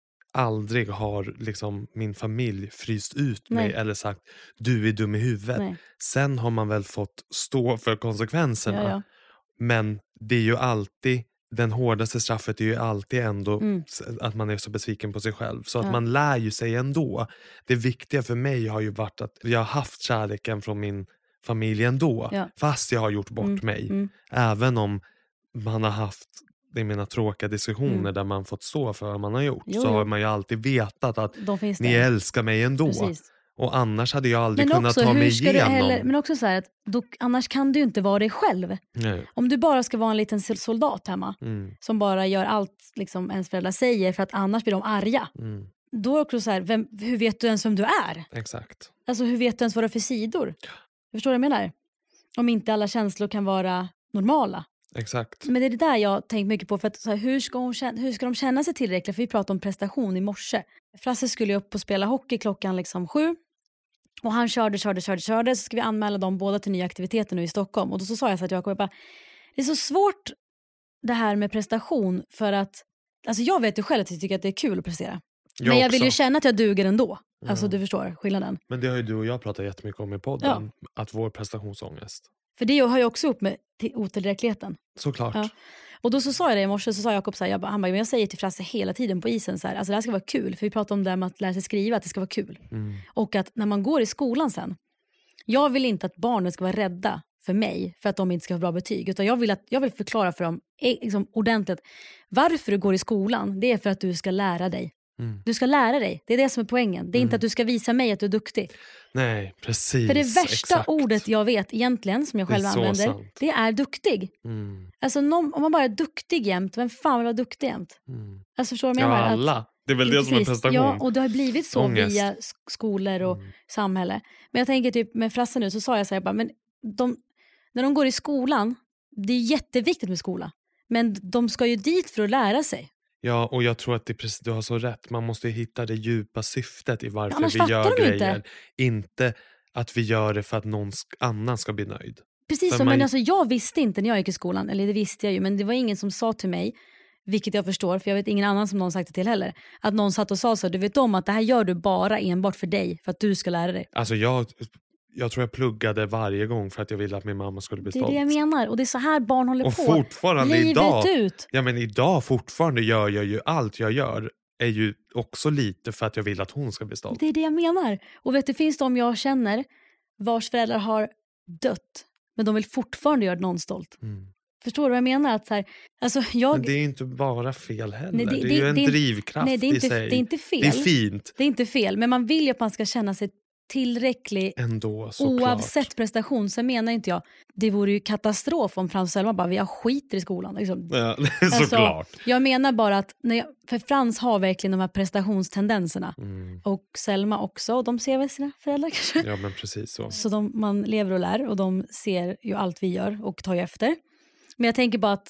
aldrig har liksom min familj fryst ut mig Nej. eller sagt du är dum i huvudet. Nej. Sen har man väl fått stå för konsekvenserna. Ja, ja. Men det är ju alltid, den hårdaste straffet är ju alltid ändå Mm. s- att man är så besviken på sig själv. Så att Ja. man lär ju sig ändå. Det viktiga för mig har ju varit att jag har haft kärleken från min familj ändå. Ja. Fast jag har gjort bort Mm, mig. mm. Även om man har haft det mina tråkiga diskussioner Mm. där man fått stå för vad man har gjort. Jo, så jo. har man ju alltid vetat att De finns ni där. älskar mig ändå. Precis. Och annars hade jag aldrig Men kunnat också, ta mig hur ska du igenom. heller, men också så här att då, annars kan du ju inte vara dig själv. Nej. Om du bara ska vara en liten soldat hemma Mm, som bara gör allt liksom ens föräldrar säger för att annars blir de arga. mm, Då är det också så här, vem, hur vet du ens vem du är? exakt. Alltså hur vet du ens vad du har för sidor? Jag förstår vad jag menar? Om inte alla känslor kan vara normala. Exakt. Men det är det där jag har tänkt mycket på. För att, så här, hur, ska hon känna, hur ska de känna sig tillräckligt? För vi pratade om prestation i morse. Frasse skulle ju upp och spela hockey klockan liksom sju. Och han körde, körde, körde, körde. Så ska vi anmäla dem båda till nya aktiviteter nu i Stockholm. Och då så sa jag så att jag, jag bara, det är så svårt det här med prestation. För att, alltså jag vet ju själv att jag tycker att det är kul att prestera. Men jag vill ju också. känna att jag duger ändå. Alltså Ja. du förstår skillnaden. Men det har ju du och jag pratat jättemycket om i podden. Att vår prestationsångest. För det har ju också upp med till- otillräckligheten. Såklart. Ja. Och då så sa jag det i morse, så sa Jakob så här, jag bara, han bara, men jag säger till Frasse hela tiden på isen så här, alltså det här ska vara kul. För vi pratar om det här med att lära sig skriva, att det ska vara kul. Mm. Och att när man går i skolan sen, jag vill inte att barnen ska vara rädda för mig för att de inte ska få bra betyg. Utan jag vill, att, jag vill förklara för dem eh, liksom, ordentligt varför du går i skolan. Det är för att du ska lära dig. Mm. Du ska lära dig, det är det som är poängen. Det är inte att du ska visa mig att du är duktig. Nej, precis. För det värsta exakt. ordet jag vet egentligen, som jag Det är själv så använder, sant. det är duktig. Mm. Alltså någon, om man bara är duktig jämt, vem fan vill vara duktig jämt? Mm. Alltså förstår du vad Ja, jag menar? Att- alla. Det är väl det som är Precis. prestation. Ja, och det har blivit så Ångest. via sk- skolor och Mm. samhälle. Men jag tänker typ med Frasse nu, så sa jag så här, bara, men de, när de går i skolan, det är jätteviktigt med skola. Men de ska ju dit för att lära sig. Ja, och jag tror att det, är precis- du har så rätt. Man måste ju hitta det djupa syftet i varför Annars vi fattar gör de ju grejer. inte. Inte att vi gör det för att någon sk- annan ska bli nöjd. Precis För som, man- men alltså jag visste inte när jag gick i skolan, eller det visste jag ju, men det var ingen som sa till mig, vilket jag förstår, för jag vet ingen annan som någon sagt det till heller, att någon satt och sa så, du vet om att det här gör du bara enbart för dig, för att du ska lära dig. Alltså jag, jag tror jag pluggade varje gång för att jag ville att min mamma skulle bli Det är stolt. det jag menar, och det är så här barn håller Och på. fortfarande Livet idag, ut. ja men idag fortfarande gör jag ju allt jag gör är ju också lite för att jag vill att hon ska bli stolt. Det är det jag menar. Och vet du, finns de jag känner vars föräldrar har dött, men de vill fortfarande göra någon stolt. Mm. Förstår du vad jag menar? Att så här, alltså jag... Men det är inte bara fel heller. Nej, det, det är ju en det, drivkraft nej, det är inte, i sig. Det är inte fel. Det är fint. Det är inte fel, men man vill ju att man ska känna sig tillräcklig ändå, såklart. Oavsett prestation. Så menar inte jag, det vore ju katastrof om Frans och Selma bara, vi har skiter i skolan. Liksom. Ja, alltså, såklart. Jag menar bara att, när jag, för Frans har verkligen de här prestationstendenserna. Mm. Och Selma också, och de ser väl sina föräldrar kanske. Ja, men precis så. Så de, man lever och lär, och de ser ju allt vi gör och tar ju efter. Men jag tänker bara att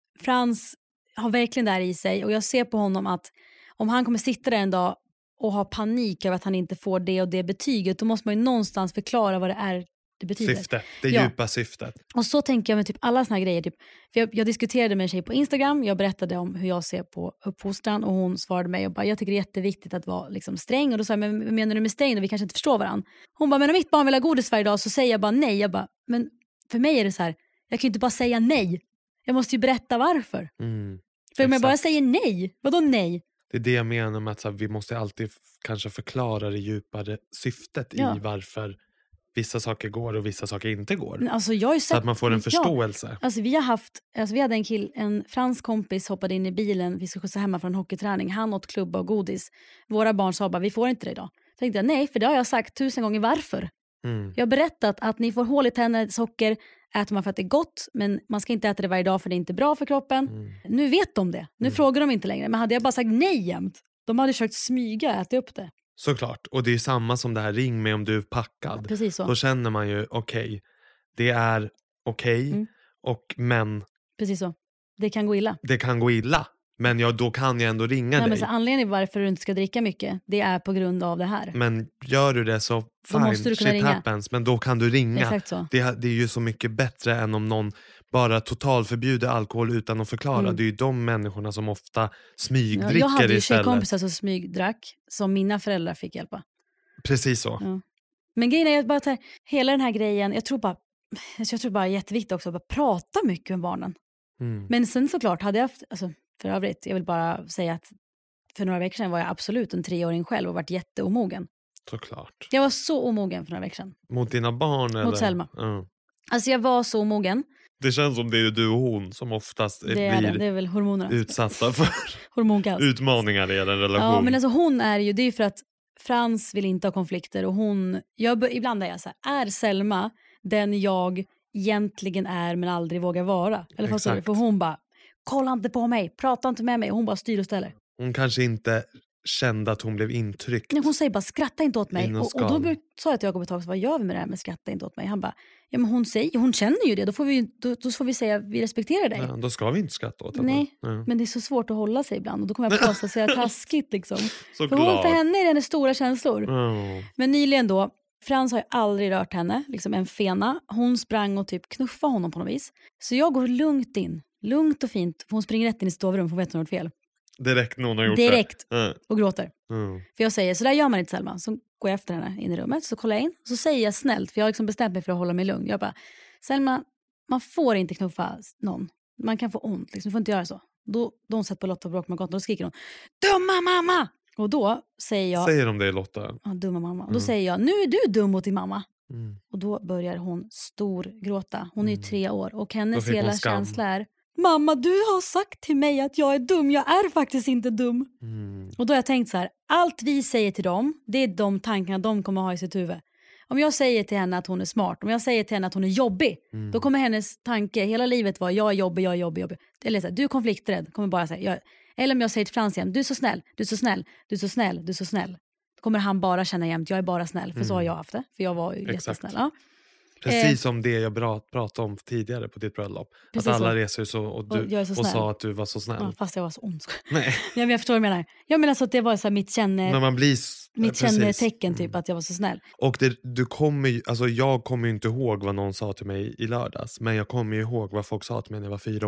Frans har verkligen det här i sig, och jag ser på honom att om han kommer sitta där en dag och ha panik över att han inte får det och det betyget, då måste man ju någonstans förklara vad det är det betyder. Syftet, det ja. djupa syftet. Och så tänker jag med typ alla såna här grejer. Typ, för jag, jag diskuterade med en tjej på Instagram, jag berättade om hur jag ser på uppfostran, och hon svarade mig och bara, jag tycker det är jätteviktigt att vara liksom sträng. Och då sa jag, men vad menar du med sträng? Vi kanske inte förstår varandra. Hon bara, men om mitt barn vill ha godis varje dag, så säger jag bara nej. Jag bara, men för mig är det så här, jag kan ju inte bara säga nej. Jag måste ju berätta varför. Mm, för om jag exakt. bara säger nej, vadå nej? Det är det jag menar med att så här, vi måste alltid f- kanske förklara det djupare syftet Ja. i varför vissa saker går och vissa saker inte går. Men alltså, jag har ju sett, Så att man får en ja. förståelse. Alltså vi har haft, alltså vi hade en kill, en fransk kompis hoppade in i bilen, vi skulle skjutsa hemma från hockeyträning, han åt klubba och godis. Våra barn sa bara, vi får inte det idag. Så tänkte jag, nej, för det har jag sagt tusen gånger varför. Mm. Jag har berättat att ni får hål i tänderna, socker äter man för att det är gott, men man ska inte äta det varje dag för det är inte bra för kroppen. Mm. Nu vet de det, nu Mm. frågar de inte längre. Men hade jag bara sagt nej jämt, de hade försökt smyga äta upp det. Såklart, och det är samma som det här, ring mig om du är packad. Precis så. Då känner man ju, okej, okay, det är okej, okay, Mm. och men Precis så. Det kan gå illa. det kan gå illa. Men ja, då kan jag ändå ringa Nej, dig. men så anledningen varför du inte ska dricka mycket, det är på grund av det här. Men gör du det så Då fine, måste du kunna shit ringa. happens. Men då kan du ringa. Exakt så. Det, det är ju så mycket bättre än om någon bara totalförbjuder alkohol utan att förklara. Mm. Det är ju de människorna som ofta Ja, smygdricker jag hade ju istället. tjejkompisar som smygdrack, som mina föräldrar fick hjälpa. Precis så. Ja. Men grejen är att bara här, hela den här grejen, jag tror bara, jag tror bara det är jätteviktigt också att bara prata mycket med barnen. Mm. Men sen såklart hade jag haft, alltså, för övrigt, jag vill bara säga att för några veckor sedan var jag absolut en treåring själv och varit jätteomogen. Såklart. Jag var så omogen för några veckor sedan. Mot dina barn? Eller? Mot Selma. Ja. Alltså jag var så omogen. Det känns som det är du och hon som oftast Det är, blir det. Det är väl hormonerna. utsatta för Hormonkaos. utmaningar i en relation. Ja, men alltså hon är ju, det är ju för att Frans vill inte ha konflikter, och hon, jag, ibland är jag så här, är Selma den jag egentligen är men aldrig vågar vara? Eller vad säger du? För hon bara, kolla inte på mig, prata inte med mig, och hon bara styr och ställer. Hon kanske inte kände att hon blev intryckt. Nej, hon säger bara, skratta inte åt mig. In och Och, och då bruk- sa jag till Jakob ett tag, vad gör vi med det här med skratta inte åt mig? Han bara, ja men hon säger, hon känner ju det, då får vi, då, då får vi säga, vi respekterar dig. Ja, då ska vi inte skratta åt henne. Nej, Ja. men det är så svårt att hålla sig ibland, och då kommer jag på att säga taskigt liksom. Så För, hon, glad. för henne är det hennes stora känslor. Oh. Men nyligen då, Frans har ju aldrig rört henne, liksom en fena. Hon sprang och typ knuffade honom på något vis. Så jag går lugnt in, lugnt och fint. För hon springer rätt in i sovrummet, för hon vet att hon har gjort fel. Direkt när hon har gjort Direkt. det. Ja. Och gråter. Mm. För jag säger, så där gör man inte Selma. Så går jag efter henne in i rummet, så kollar jag in. Så säger jag snällt, för jag har liksom bestämt mig för att hålla mig lugn. Jag bara, Selma, man får inte knuffa någon. Man kan få ont, liksom. Du får inte göra så. Då, då har hon sett på Lotta och Bråkmakargatan, då skriker hon, dumma mamma! Och då säger jag, Säger de det Lotta? ja, dumma mamma. Och Mm. då säger jag, nu är du dum mot din mamma. Mm. Och då börjar hon stor gråta. Hon är ju Mm. tre år. Och Då hennes fick hon hela skam. känsla är, mamma, du har sagt till mig att jag är dum. Jag är faktiskt inte dum. Mm. Och då har jag tänkt så här, allt vi säger till dem, det är de tankarna de kommer ha i sitt huvud. Om jag säger till henne att hon är smart, om jag säger till henne att hon är jobbig, Mm. då kommer hennes tanke hela livet vara, jag är jobbig, jag är jobbig, jobbig. Eller så här, du är konflikträdd, kommer bara säga. Jag... Eller om jag säger till Frans igen, du är så snäll, du är så snäll, du är så snäll, du är så snäll. Då kommer han bara känna jämt, jag är bara snäll. För så har jag haft det, för jag var ju Exakt. jättesnäll. Ja. Precis Eh. som det jag bra, pratade om tidigare på ditt bröllop. Precis att alla så. reser så och, du, Och jag är så och snäll. sa att du var så snäll. Ja, fast jag var så ond. Nej, Ja, men jag förstår vad du menar. Jag menar så att det var så här mitt känne, när man blir... s- mitt precis. kännetecken typ, Mm. att jag var så snäll. Och det, du kommer ju, alltså jag kommer ju inte ihåg vad någon sa till mig i lördags. Men jag kommer ju ihåg vad folk sa till mig när jag var fyra år.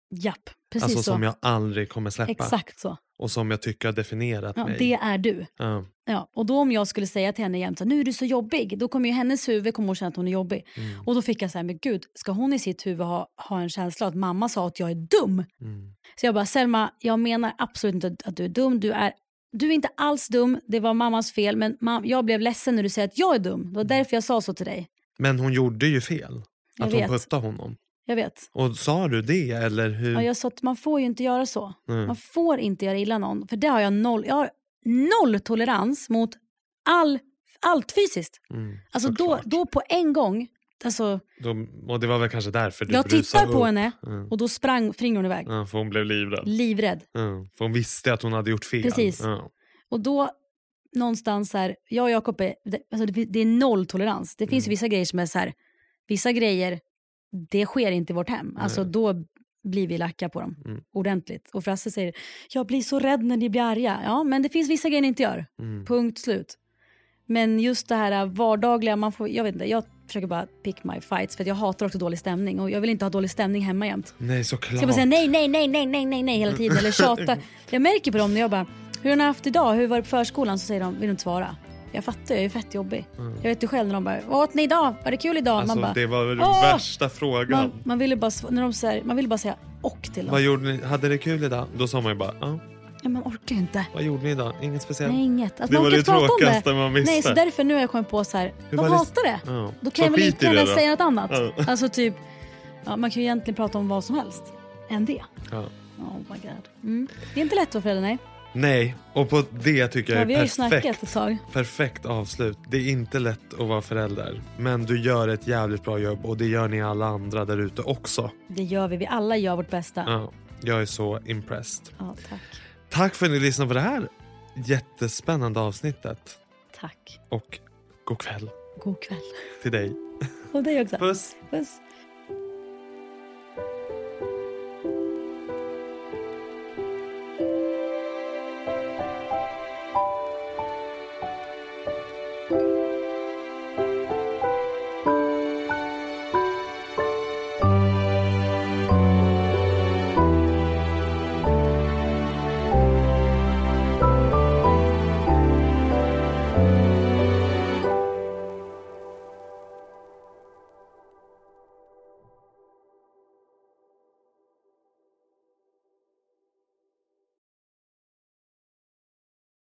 Japp, precis Alltså så. som jag aldrig kommer släppa. Exakt så. Och som jag tycker har definierat Ja, mig. det är du. Ja. Ja, och då om jag skulle säga till henne jämt så, nu är du så jobbig, då kommer ju hennes huvud kommer att känna att hon är jobbig. Mm. Och då fick jag så här, men gud, ska hon i sitt huvud ha, ha en känsla att mamma sa att jag är dum? Mm. Så jag bara, Selma, jag menar absolut inte att du är dum, du är, du är inte alls dum, det var mammas fel, men mam- jag blev ledsen när du säger att jag är dum. Det var därför jag sa så till dig. Men hon gjorde ju fel. Jag Att vet. hon puttade honom. Jag vet. Och sa du det eller hur? Ja, jag sa att man får ju inte göra så. Mm. Man får inte göra illa någon. För det har jag noll, jag har noll tolerans mot all, allt fysiskt. Mm, Alltså då, såklart. då på en gång, alltså, De, och det var väl kanske därför du jag brusade tittar på upp. henne Mm. och då sprang, springer hon iväg. Ja, för hon blev livrädd. Livrädd. Mm, för hon visste att hon hade gjort fel. Precis. Ja. Och då någonstans här, jag och Jakob är, det, alltså det, det är noll tolerans. Det finns Mm. ju vissa grejer som är så här, vissa grejer, det sker inte i vårt hem. Alltså Nej. då blir vi lacka på dem Mm. ordentligt. Och Frasse säger, jag blir så rädd när ni blir arga. Ja, men det finns vissa grejer ni inte gör. Mm. Punkt slut. Men just det här vardagliga, man får, jag vet inte, jag försöker bara pick my fights för att jag hatar också dålig stämning och jag vill inte ha dålig stämning hemma jämt. Nej, Ska såklart. jag bara säga nej, nej, nej, nej, nej, nej, nej hela tiden eller tjata. Jag märker på dem när jag bara, hur har ni haft idag? Hur var det på förskolan? Så säger de, vill du inte svara? Jag fattar, jag är fett jobbig. Mm. Jag vet ju själv när de bara, vad åt ni idag? Var det kul idag? Alltså, man bara, det var den "Åh!" värsta frågan. man, man ville bara, sv- när de säger, man ville bara säga och till dem. Vad gjorde ni? Hade det kul idag? Då sa man ju bara, ja. Ja, man orkar ju inte. Vad gjorde ni idag? Inget speciellt? Nej, inget. Alltså, Det man var orkar det inte prata om tråkigaste man visste. Nej, så därför nu har jag kommit på så här, Hur de var det- hatar det. Ja. Då Så kan jag väl skit lika i det gärna då. säga något annat. Ja. Alltså typ, ja, man kan ju egentligen prata om vad som helst än det. Ja. Oh my god. Mm. Det är inte lätt att vara förälder, nej. Nej, och på det tycker jag Ja, är vi har ju snackat perfekt. ett tag. Perfekt avslut. Det är inte lätt att vara förälder. Men du gör ett jävligt bra jobb och det gör ni alla andra där ute också. Det gör vi, vi alla gör vårt bästa. Ja, Ja, jag är så impressed. tack. Tack för att ni lyssnade på det här jättespännande avsnittet. Tack. Och god kväll God kväll. till dig. Och dig också. Puss! Puss.